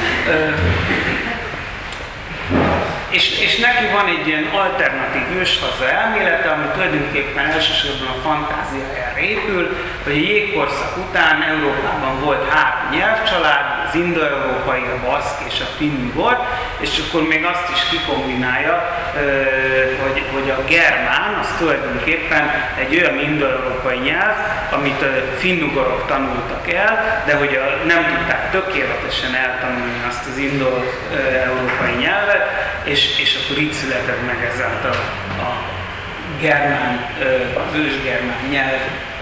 És neki van egy ilyen alternatív őshaza elmélete, ami tulajdonképpen elsősorban a fantáziájára épül, hogy a jégkorszak után Európában volt 3 nyelvcsalád, az indo-európai, a baszk és a finnugor, és akkor még azt is kikombinálja, hogy a germán az tulajdonképpen egy olyan indo-európai nyelv, amit a finnugorok tanultak el, de hogy nem tudták tökéletesen eltanulni azt az indo-európai nyelvet, és akkor így született meg ezáltal a germán, az ősgermán nyelv.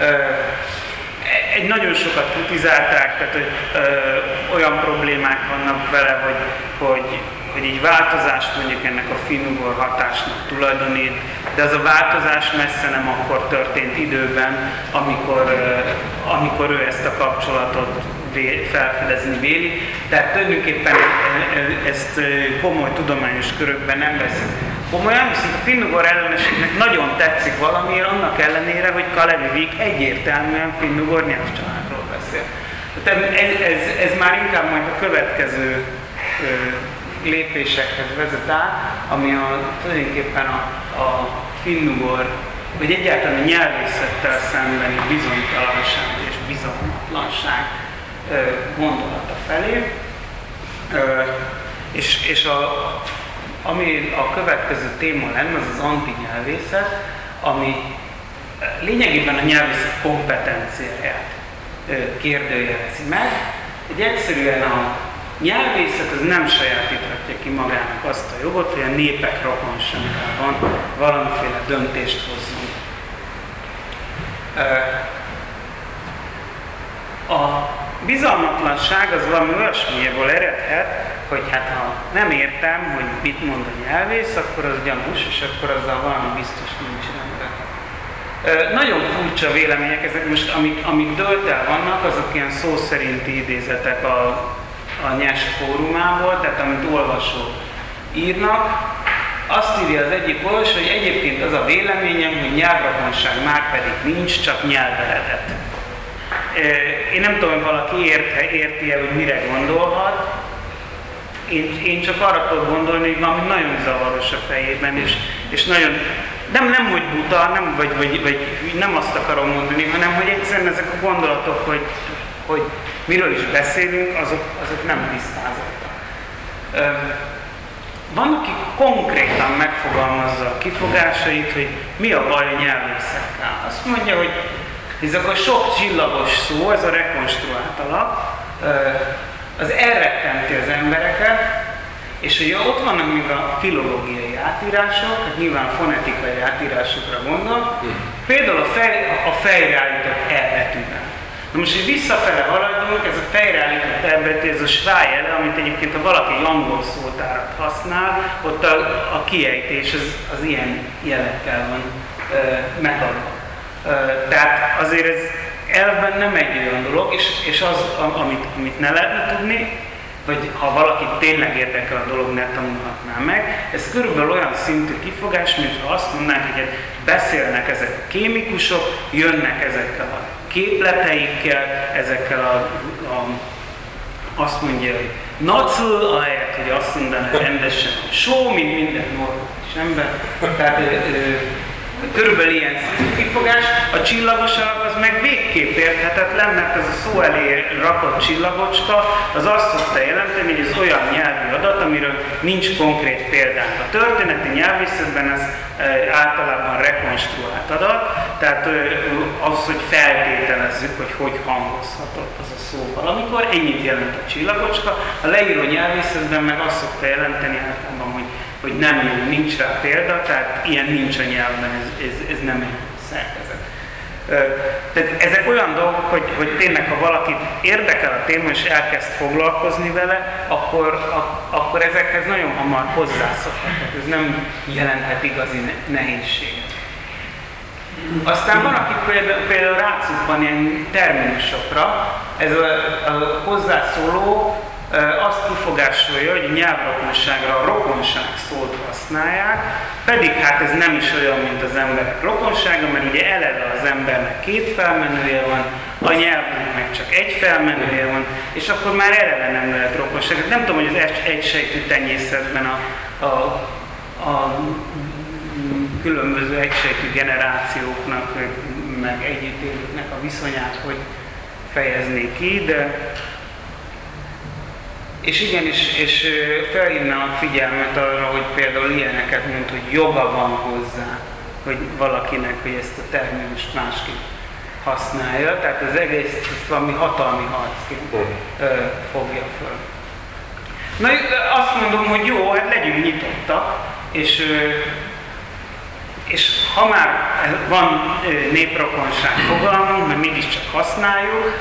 Egy nagyon sokat kritizálták, tehát hogy olyan problémák vannak vele, hogy így változást mondjuk ennek a finnugor hatásnak tulajdonít, de az a változás messze nem akkor történt időben, amikor ő ezt a kapcsolatot felfedezni véli. Tehát tulajdonképpen ezt komoly tudományos körökben nem veszik komolyan, viszont a finnugor elleneseknek nagyon tetszik valamiért, annak ellenére, hogy Kalevi Víg egyértelműen finnugor nyelvcsaládról beszél. Tehát ez már inkább majd a következő lépésekhez vezet át, ami tulajdonképpen a finnugor, vagy egyáltalán a nyelvészettel szembeni bizonytalanság és bizalmatlanság gondolata felé. És ami a következő téma lenne, az az antinyelvészet, ami lényegében a nyelvészet kompetenciáját kérdőjelezi meg. Egyszerűen a nyelvészet az nem sajátíthatja ki magának azt a jogot, hogy a népek rokonságában valamiféle döntést hozzunk. bizalmatlanság az valami olyasmiból eredhet, hogy hát ha nem értem, hogy mit mond a nyelvész, akkor az gyanús, és akkor azzal valami biztos nincs rendben. Nagyon furcsa vélemények, ezek most, amik dölt vannak, azok ilyen szó szerinti idézetek a NYES fórumából, tehát amit olvasók írnak. Azt írja az egyik olvasó, hogy egyébként az a véleményem, hogy nyelvrokonság már pedig nincs, csak nyelveredet. Én nem tudom, hogy valaki érti-e, hogy mire gondolhat. Én csak arra tudok gondolni, hogy valami nagyon zavaros a fejében, és nagyon, nem hogy buta, vagy nem azt akarom mondani, hanem hogy egyszerűen ezek a gondolatok, hogy miről is beszélünk, azok nem tisztázottak. Van, aki konkrétan megfogalmazza a kifogásait, hogy mi a baj a nyelvészekkel. Azt mondja, hogy ezek a sok csillagos szó, ez a rekonstruált alap, az elrettenti az embereket, és ugye ott vannak még a filológiai átírások, hát nyilván fonetikai átírásokra gondol, például a fejreállított elbetűben. Na most, hogy visszafele haladjunk, ez a fejreállított elbetű, ez a schrájele, amit egyébként ha valaki egy angol szótárat használ, ott a kiejtés az ilyen jelekkel van megadva. Tehát azért ez elvben nem egy olyan dolog, és az, amit ne lehetne tudni, vagy ha valakit tényleg érdekel a dolog, ne tanulhatná meg, ez körülbelül olyan szintű kifogás, mintha azt mondanánk, hogy beszélnek ezek a kémikusok, jönnek ezekkel a képleteikkel, ezekkel azt mondja, hogy nacl, ahelyett, hogy azt mondaná rendesen, hogy só, mint minden normális ember. Tehát körülbelül ilyen szintű kifogás, a csillagos alak az meg végképp érthetetlen, mert ez a szó elé rakott csillagocska, az azt szokta jelenteni, hogy ez olyan nyelvi adat, amiről nincs konkrét példánk. A történeti nyelvészetben ez általában rekonstruált adat, tehát az, hogy feltételezzük, hogy hangozhatott az a szó valamikor, ennyit jelent a csillagocska. A leíró nyelvészetben meg azt szokta jelenteni általában, hogy nem jó, nincs rá példa, tehát ilyen nincs a nyelvben, ez nem egy szerkezet. Tehát ezek olyan dolgok, hogy tényleg, ha valakit érdekel a téma és elkezd foglalkozni vele, akkor ezekhez nagyon hamar hozzászokhat. Ez nem jelenthet igazi nehézséget. Aztán van, aki például rácuppan ilyen terminusokra, ez a hozzászóló azt kifogásolja, hogy a nyelvrokonságra a rokonság szót használják, pedig hát ez nem is olyan, mint az emberek rokonsága, mert ugye eleve az embernek 2 felmenője van, a nyelvnek meg csak 1 felmenője van, és akkor már eleve nem lehet rokonság. Nem tudom, hogy az egysejtű tenyészetben a különböző egysejtű generációknak, meg együttélőknek a viszonyát, hogy fejeznék ki, de és igenis, és felhívnám a figyelmet arra, hogy például ilyeneket mond, hogy joga van hozzá, hogy valakinek, hogy ezt a terminust másképp használja, tehát az egész ezt valami hatalmi harcként fogja föl. Na, azt mondom, hogy jó, hát legyünk nyitottak, és ha már van néprokonság fogalmunk, mert mégiscsak használjuk,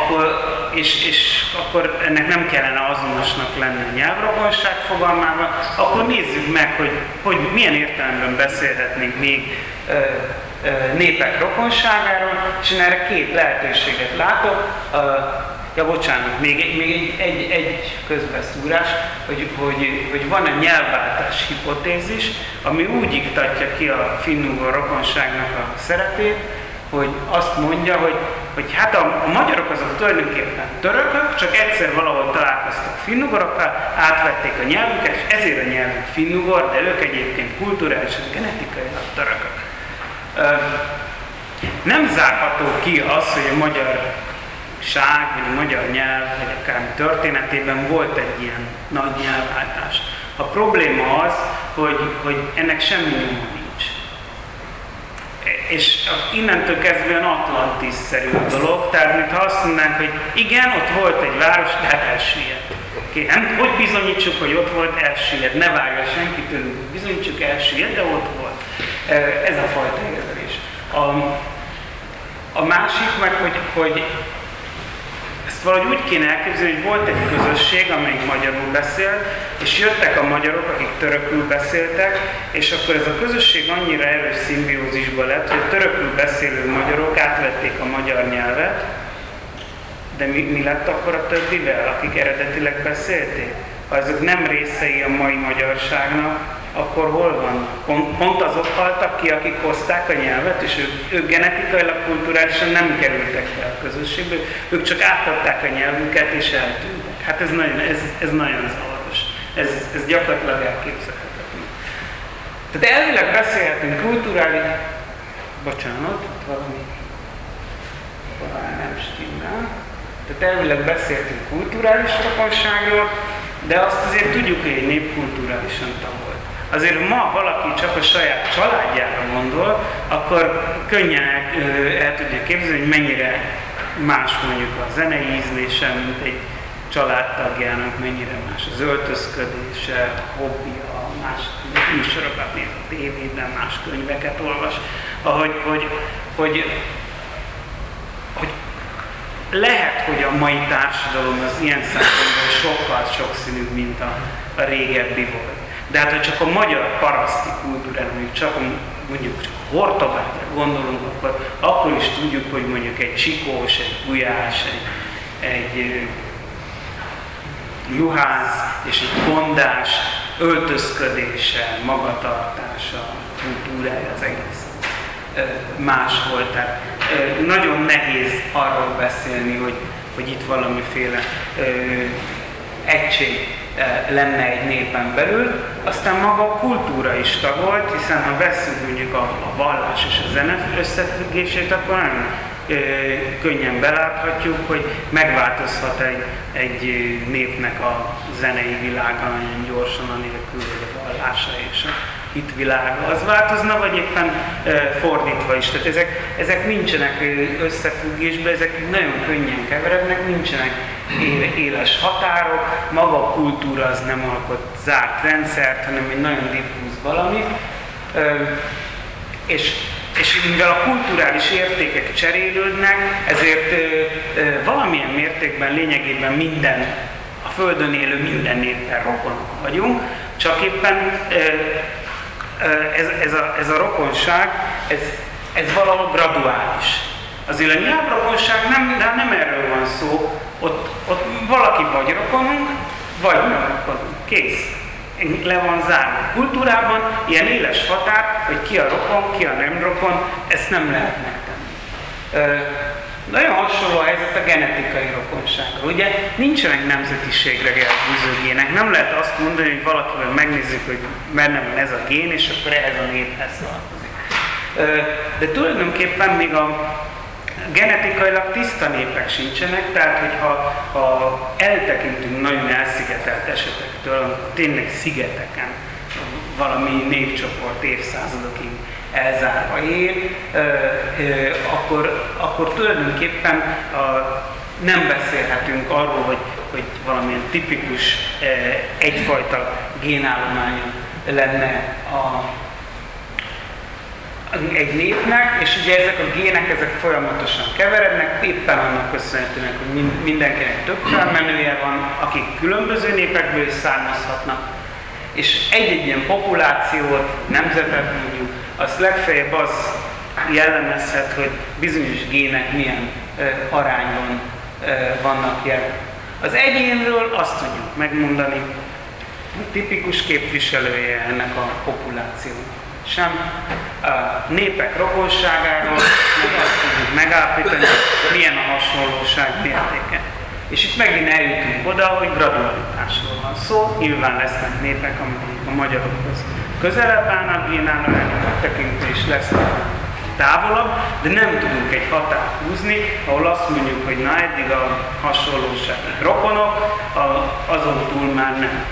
akkor ennek nem kellene azonosnak lenni a nyelvrokonság fogalmával, akkor nézzük meg, hogy milyen értelemben beszélhetnénk még népek rokonságáról, és én erre 2 lehetőséget látok. Ja, bocsánat, még egy közbeszúrás, hogy van egy nyelvváltás hipotézis, ami úgy iktatja ki a finnugor rokonságnak a szerepét, hogy azt mondja, hogy hát a magyarok azok tulajdonképpen törökök, csak egyszer valahol találkoztak finnugorokkal, átvették a nyelvüket, és ezért a nyelvük finnugor, de ők egyébként kulturálisan, genetikailag törökök. Nem zárható ki az, hogy a magyarság, vagy a magyar nyelv, vagy akármi történetében volt egy ilyen nagy nyelvváltás. A probléma az, hogy ennek semmi nyoma nincs. És innentől kezdve olyan Atlantis-szerű a dolog, tehát mintha azt mondanánk, hogy igen, ott volt egy város, de hát elsüllyedt. Okay. Hogy bizonyítsuk, hogy ott volt, elsüllyedt, ne várja senki tőlünk, bizonyítsuk, elsüllyedt, de ott volt. Ez a fajta érvelés. A másik meg, hogy ezt Ezt valahogy úgy kéne elképzelni, hogy volt egy közösség, amelyik magyarul beszélt, és jöttek a magyarok, akik törökül beszéltek, és akkor ez a közösség annyira erős szimbiózisba lett, hogy törökül beszélő magyarok átvették a magyar nyelvet, de mi lett akkor a többivel, akik eredetileg beszélték? Ha ezek nem részei a mai magyarságnak, akkor hol van? Pont azok haltak ki, akik hozták a nyelvet, és ők genetikailag, kulturálisan nem kerültek fel a közösségbe, ők csak átadták a nyelvüket és eltűntek. Hát ez nagyon zavaros. Ez gyakorlatilag elképzelhetetlen. Tehát elvileg beszélhetünk kulturális... Bocsánat, valami nem stimmel. Tehát elvileg beszéltünk kulturális rokonságról, de azt azért tudjuk, hogy egy nép kulturálisan tagolt. Azért ma valaki csak a saját családjára gondol, akkor könnyen el tudja képzelni, hogy mennyire más mondjuk a zenei ízlése, mint egy családtagjának, mennyire más az öltözködése, a hobbija, más műsorokat néz a tévében, más könyveket olvas, hogy lehet, hogy a mai társadalom az ilyen szempontból sokkal sokszínűbb, mint a régebbi volt. De hát, ha csak a magyar paraszti kultúrára, mondjuk csak Hortobágyra gondolunk, akkor is tudjuk, hogy mondjuk egy Csikós, egy Gulyás, egy Juhász és egy Gondás öltözködése, magatartása, kultúrája az egész más volt. Tehát nagyon nehéz arról beszélni, hogy itt valamiféle egység lenne egy népen belül. Aztán maga a kultúra is tagolt, hiszen ha vesszük mondjuk a vallás és a zene összefüggését, akkor nagyon könnyen beláthatjuk, hogy megváltozhat egy népnek a zenei világa nagyon gyorsan, anélkül, hogy a vallása és a hitvilága az változna, vagy éppen fordítva is. Tehát ezek nincsenek összefüggésben, ezek nagyon könnyen keverednek, nincsenek éles határok, maga a kultúra az nem alkot zárt rendszert, hanem egy nagyon diffúz valami. És mivel a kulturális értékek cserélődnek, ezért valamilyen mértékben, lényegében minden, a Földön élő minden néppel rokonok vagyunk, csak éppen ez a rokonság, ez valahol graduális. Azért a nyelvrokonság nem erről van szó, ott valaki vagy rokonunk, vagy nem rokonunk. Kész. Le van zárva. Kultúrában ilyen éles határ, hogy ki a rokon, ki a nem rokon, ezt nem lehet megtenni. Nagyon hasonló a helyzet a genetikai rokonságra. Ugye nincsenek nemzetiségre jelző gének. Nem lehet azt mondani, hogy valakivel megnézzük, hogy benne van ez a gén, és akkor ehhez a néphez tartozik. De tulajdonképpen még a genetikailag tiszta népek sincsenek, tehát hogyha eltekintünk nagyon elszigetelt esetektől, tényleg szigeteken valami népcsoport évszázadokig elzárva él, akkor tulajdonképpen nem beszélhetünk arról, hogy valamilyen tipikus egyfajta génállománya lenne egy népnek, és ugye ezek a gének folyamatosan keverednek, éppen annak köszönhetően, hogy mindenkinek több felmenője van, akik különböző népekből is származhatnak, és egy-egy ilyen populációt, nemzetet mondjuk, azt legfeljebb az jellemezhet, hogy bizonyos gének milyen arányban vannak jelen. Az egyénről azt tudjuk megmondani, a tipikus képviselője ennek a populációnak. Sem a népek rokonságáról nem azt tudjuk megállapítani, milyen a hasonlóság mértéke. És itt megint eljutunk oda, hogy gradualitásról van szó. Nyilván lesznek népek, amelyek a magyarokhoz közelebb állnak génállományok tekintve, és lesznek távolabb, de nem tudunk egy határt húzni, ahol azt mondjuk, hogy na eddig a hasonlóság rokonok, azon túl már nem.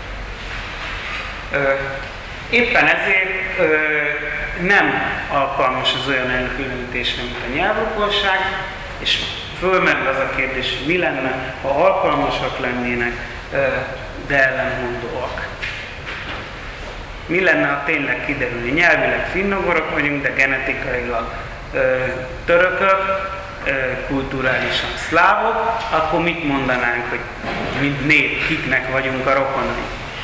Éppen ezért nem alkalmas az olyan elkülönítésre, mint a nyelvrokonság, és fölmerül az a kérdés, hogy mi lenne, ha alkalmasak lennének, de ellenmondóak. Mi lenne, ha tényleg kiderülni? Nyelvileg finnugorok vagyunk, de genetikailag törökök, kulturálisan szlávok, akkor mit mondanánk, hogy mint nép, kiknek vagyunk a rokonai?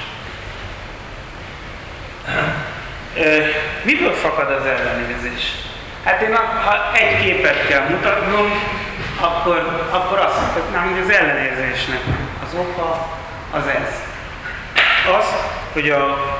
Miből fakad az ellenérzés? Hát ha egy képet kell mutatnom, akkor azt mutatnám, hogy az ellenérzésnek az oka az ez. Az, hogy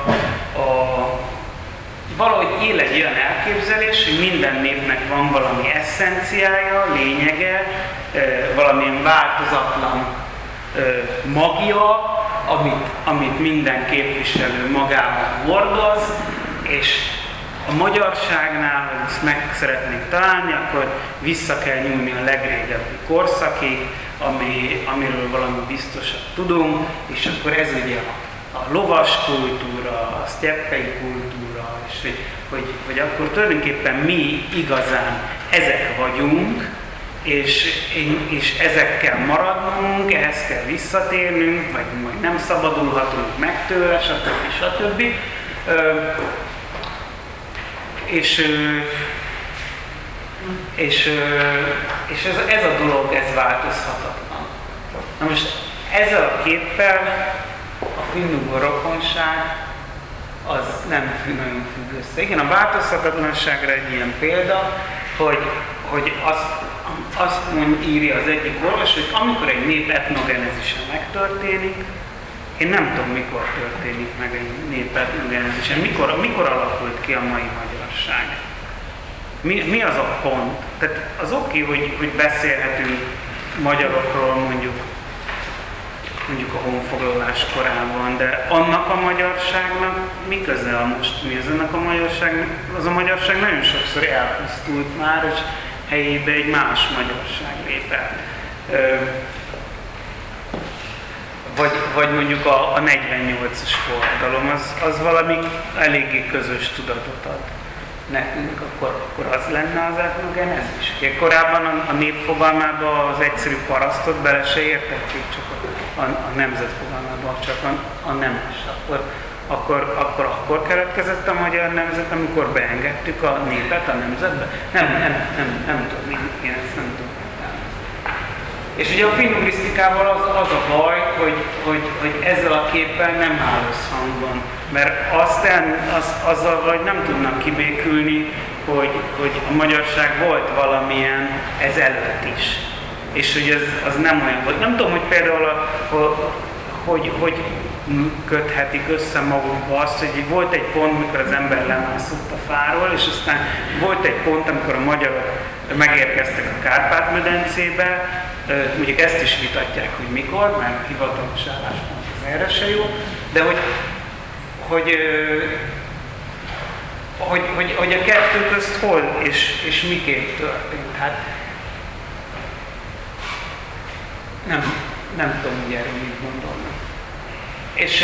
valahogy él egy olyan elképzelés, hogy minden népnek van valami eszenciája, lényege, valamilyen változatlan magja, amit minden képviselő magában hordoz, és a magyarságnál, ha ezt meg szeretnénk találni, akkor vissza kell nyúlni a legrégebbi korszakig, amiről valami biztosat tudunk, és akkor ez ugye a lovas kultúra, a sztyeppei kultúra, és hogy akkor tulajdonképpen mi igazán ezek vagyunk, és ezekkel maradnunk, ehhez kell visszatérnünk, vagy majd nem szabadulhatunk meg tőle, stb. És ez a dolog, ez változhatatlan. Na most ezzel a képpel a finnugor rokonság az nem nagyon függ össze. Igen, a változhatatlanságra egy ilyen példa, hogy azt írja az egyik orvos, hogy amikor egy nép etnogenezise megtörténik, én nem tudom, mikor történik meg egy nép etnogenezise, mikor alakult ki a mai magyarság. Mi az a pont? Tehát az oké, hogy beszélhetünk magyarokról mondjuk a honfoglalás korában, de annak a magyarságnak mi köze a most? Mi az annak a magyarságnak? Az a magyarság nagyon sokszor elpusztult már, és helyébe egy más magyarság lép el. Vagy mondjuk a 48-as forradalom, az valami eléggé közös tudatot ad nekünk, akkor az lenne az etnogenezis. Korábban a nép fogalmába az egyszerű parasztot bele se értették, csak a nemzet fogalmába, csak a nemes. Akkor keletkezett a magyar nemzet, amikor beengedtük a népet a nemzetbe? Nem tudom, én ezt nem tudom. És ugye a finnugrisztikával az a baj, hogy ezzel a képpel nem áll összhangban, mert azzal vagy nem tudnak kibékülni, hogy a magyarság volt valamilyen ez előtt is. És hogy az nem olyan volt. Nem tudom, hogy például hogy köthetik össze magukba azt, hogy volt egy pont, amikor az ember lemászott a fáról, és aztán volt egy pont, amikor a magyarok megérkeztek a Kárpát-medencébe, ugye ezt is vitatják, hogy mikor, mert hivatalos álláspont az erre se jó, de hogy a kettő közt hol és miként történt. Hát nem tudom, hogy erről mit gondolni. És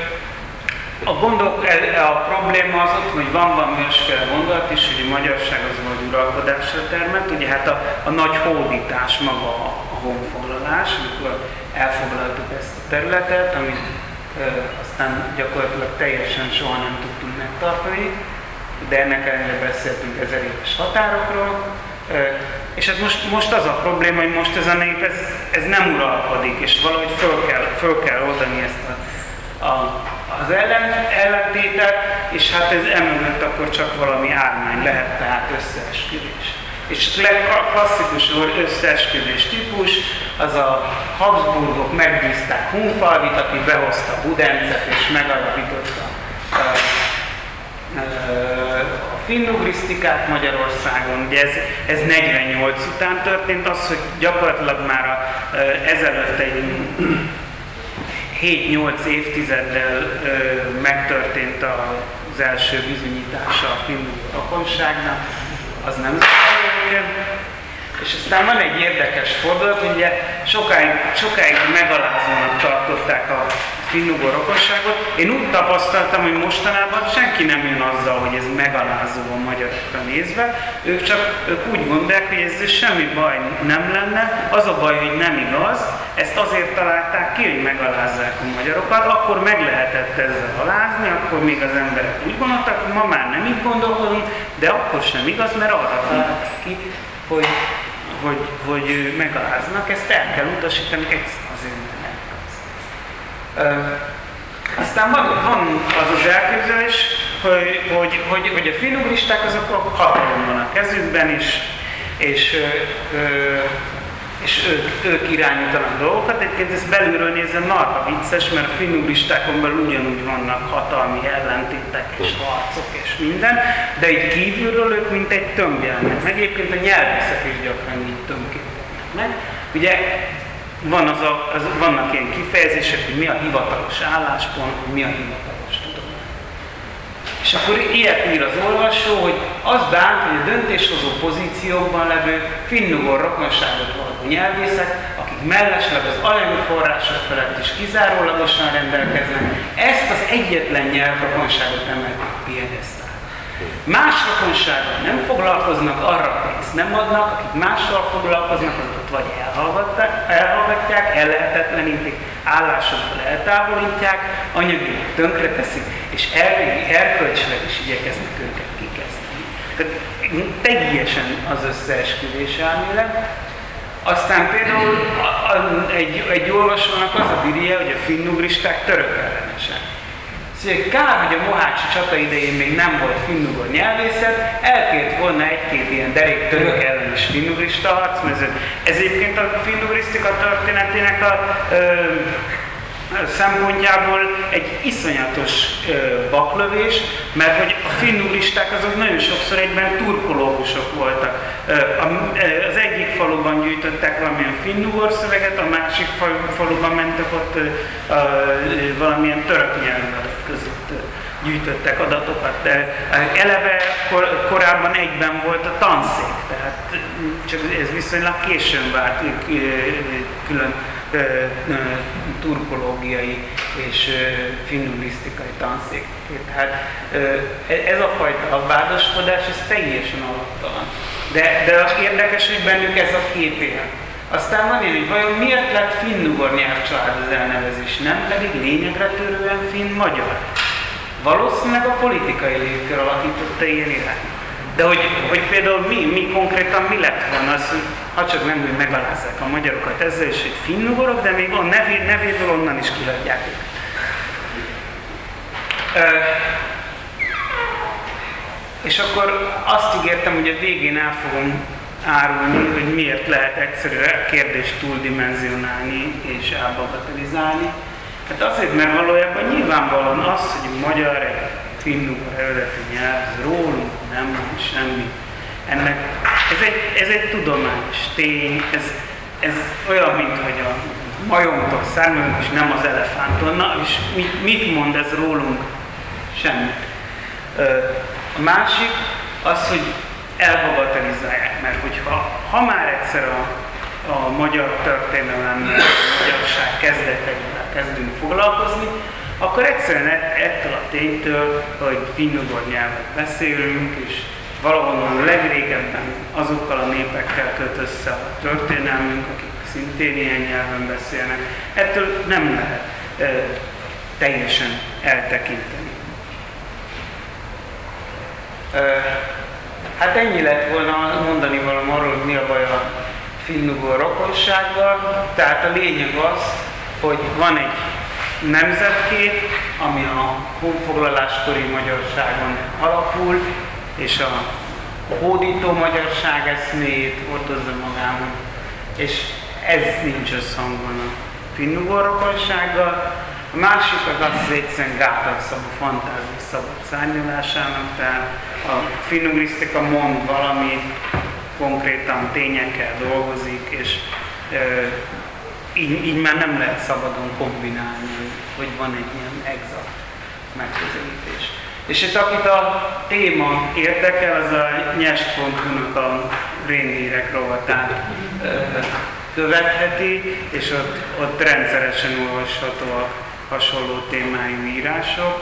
a probléma az ott, hogy van olyasféle gondolat is, hogy a magyarság az vagy uralkodásra termett. Ugye hát a nagy hódítás maga a honfoglalás, amikor elfoglaltuk ezt a területet, amit aztán gyakorlatilag teljesen soha nem tudtunk megtartani, de ennek ellenére beszéltünk 1000 éves határokról. És hát most az a probléma, hogy most ez a nép ez nem uralkodik, és valahogy föl kell oldani ezt az ellentétet, és hát ez emögött akkor csak valami ármány lehet, tehát összeesküvés. És a klasszikus összeesküvés típus, az a Habsburgok megbízták Hunfalvit, aki behozta Budencet és megalapította a finnugrisztikát Magyarországon. Ugye ez 48 után történt, az, hogy gyakorlatilag már ezelőtt egy 7-8 évtizeddel megtörtént az első bizonyítása a finnugor rokonságnak, az nem történt. És aztán van egy érdekes fordulat, hogy ugye sokáig megalázónak tartották a finnugor rokonságot. Én úgy tapasztaltam, hogy mostanában senki nem jön azzal, hogy ez megalázó a magyarokra nézve. Ők úgy gondolják, hogy ez semmi baj nem lenne. Az a baj, hogy nem igaz. Ezt azért találták ki, hogy megalázzák a magyarokat. Akkor meg lehetett ezzel alázni, akkor még az emberek úgy gondoltak, ma már nem így gondolkodunk, de akkor sem igaz, mert arra találták ki, hogy hogy megaláznak, ezt el kell utasítani egyszer azért, mert aztán van az elképzelés, hogy a finnugristák azok a hatalom van a kezükben is, és ők irányítanak dolgokat. Egyébként ezt belülről nézve marha vicces, mert a finnugristákon belül ugyanúgy vannak hatalmi ellentétek és harcok és minden, de így kívülről ők mint egy tömb jelennek meg. Egyébként a nyelvészek is gyakran így tömbként jelennek meg. Ugye vannak ilyen kifejezések, hogy mi a hivatalos álláspont, hogy mi a hivatalos tudomány. És akkor ilyet ír az olvasó, hogy az bánt, hogy a döntéshozó pozíciókban levő finnugor rokonságot való nyelvészek, akik mellesleg az anyagi források felett is kizárólagosan rendelkeznek, ezt az egyetlen nyelvrokonságot emelték piedesztálra. Más rokonsággal nem foglalkoznak, arra pénzt nem adnak, akik mással foglalkoznak, azokat vagy elhallgatják, ellehetetlenítik, állásokból eltávolítják, anyagilag tönkreteszik, és erkölcsileg is igyekeznek őket kikezdeni. Tehát teljesen az összeesküvés elmélet. Aztán például egy olvasónak az a dirije, hogy a finnugristák török ellenesek. Szóval kár, hogy a mohácsi csata idején még nem volt finnugor nyelvészet, elkért volna egy-két ilyen derék török ellenes finnugrista harcmezőt. Ez egyébként a finnugrisztika történetének a szempontjából egy iszonyatos baklövés, mert hogy a finnugristák azok nagyon sokszor egyben turkológusok voltak. Az egyik faluban gyűjtöttek valamilyen finnugor szöveget, a másik faluban mentek ott valamilyen török nyelvvel között gyűjtöttek adatokat. De eleve korábban egyben volt a tanszék, tehát csak ez viszonylag későn vált külön turkológiai és finnugrisztikai tanszék. Tehát ez a fajta vádaskodás, ez teljesen alaptalan. De az érdekes, hogy bennük ez a kép él. Aztán van ilyen, hogy vajon miért lett finnugor nyelvcsalád az elnevezés, nem pedig lényegre törően finn-magyar? Valószínűleg a politikai légkör alakította ilyen irányt. De hogy például mi konkrétan mi lett volna az, hogy ha csak nem, hogy megalázzák a magyarokat ezzel is, hogy finnugorok, de még a nevéből onnan is kihagyják őket. És akkor azt ígértem, hogy a végén el fogom árulni, hogy miért lehet egyszerű kérdést túldimenzionálni és elbagatelizálni. Hát azért, mert valójában nyilvánvalóan az, hogy a magyar egy finnugor eredeti nyelv, rólunk nem mond semmi. Ez egy tudományos tény, ez olyan, mint hogy a majomtól származunk, és nem az elefánttól. Na, és mit mond ez rólunk? Semmit. A másik az, hogy elbagatelizálják, mert hogyha már egyszer a magyar történelem, a magyarság kezdeteivel kezdünk foglalkozni, akkor egyszerűen ettől a ténytől, hogy finnugor nyelvet beszélünk, és valahonnan legrégebben azokkal a népekkel köt össze a történelmünk, akik szintén ilyen nyelven beszélnek, ettől nem lehet teljesen eltekinteni. Hát ennyi lett volna mondani valam arról, hogy mi a baj a finnugor rokonsággal. Tehát a lényeg az, hogy van egy nemzetkép, ami a honfoglaláskori magyarságon alapul, és a hódító magyarság eszméjét hordozza magában, és ez nincs összhangban a finnugor rokonsággal. A másik az egyszerűen gátat szab a fantázia szabad szárnyalásának, tehát a finnugrisztika mond valami, konkrétan tényekkel dolgozik, és így már nem lehet szabadon kombinálni, hogy van egy ilyen exakt megközelítés. És itt akit a téma érdekel, az a nyest.hu-nak a rénhírek rovatát követheti, és ott rendszeresen olvasható a hasonló témájú írások,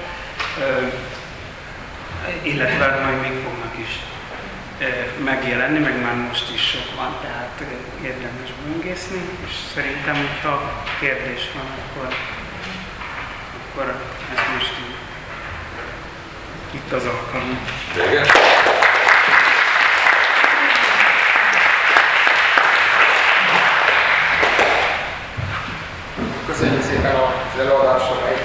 illetve majd még fognak is megjelenni, meg már most is sok van, tehát érdemes böngészni, és szerintem, hogyha kérdés van, akkor ezt most itt az alkalom. előadások egy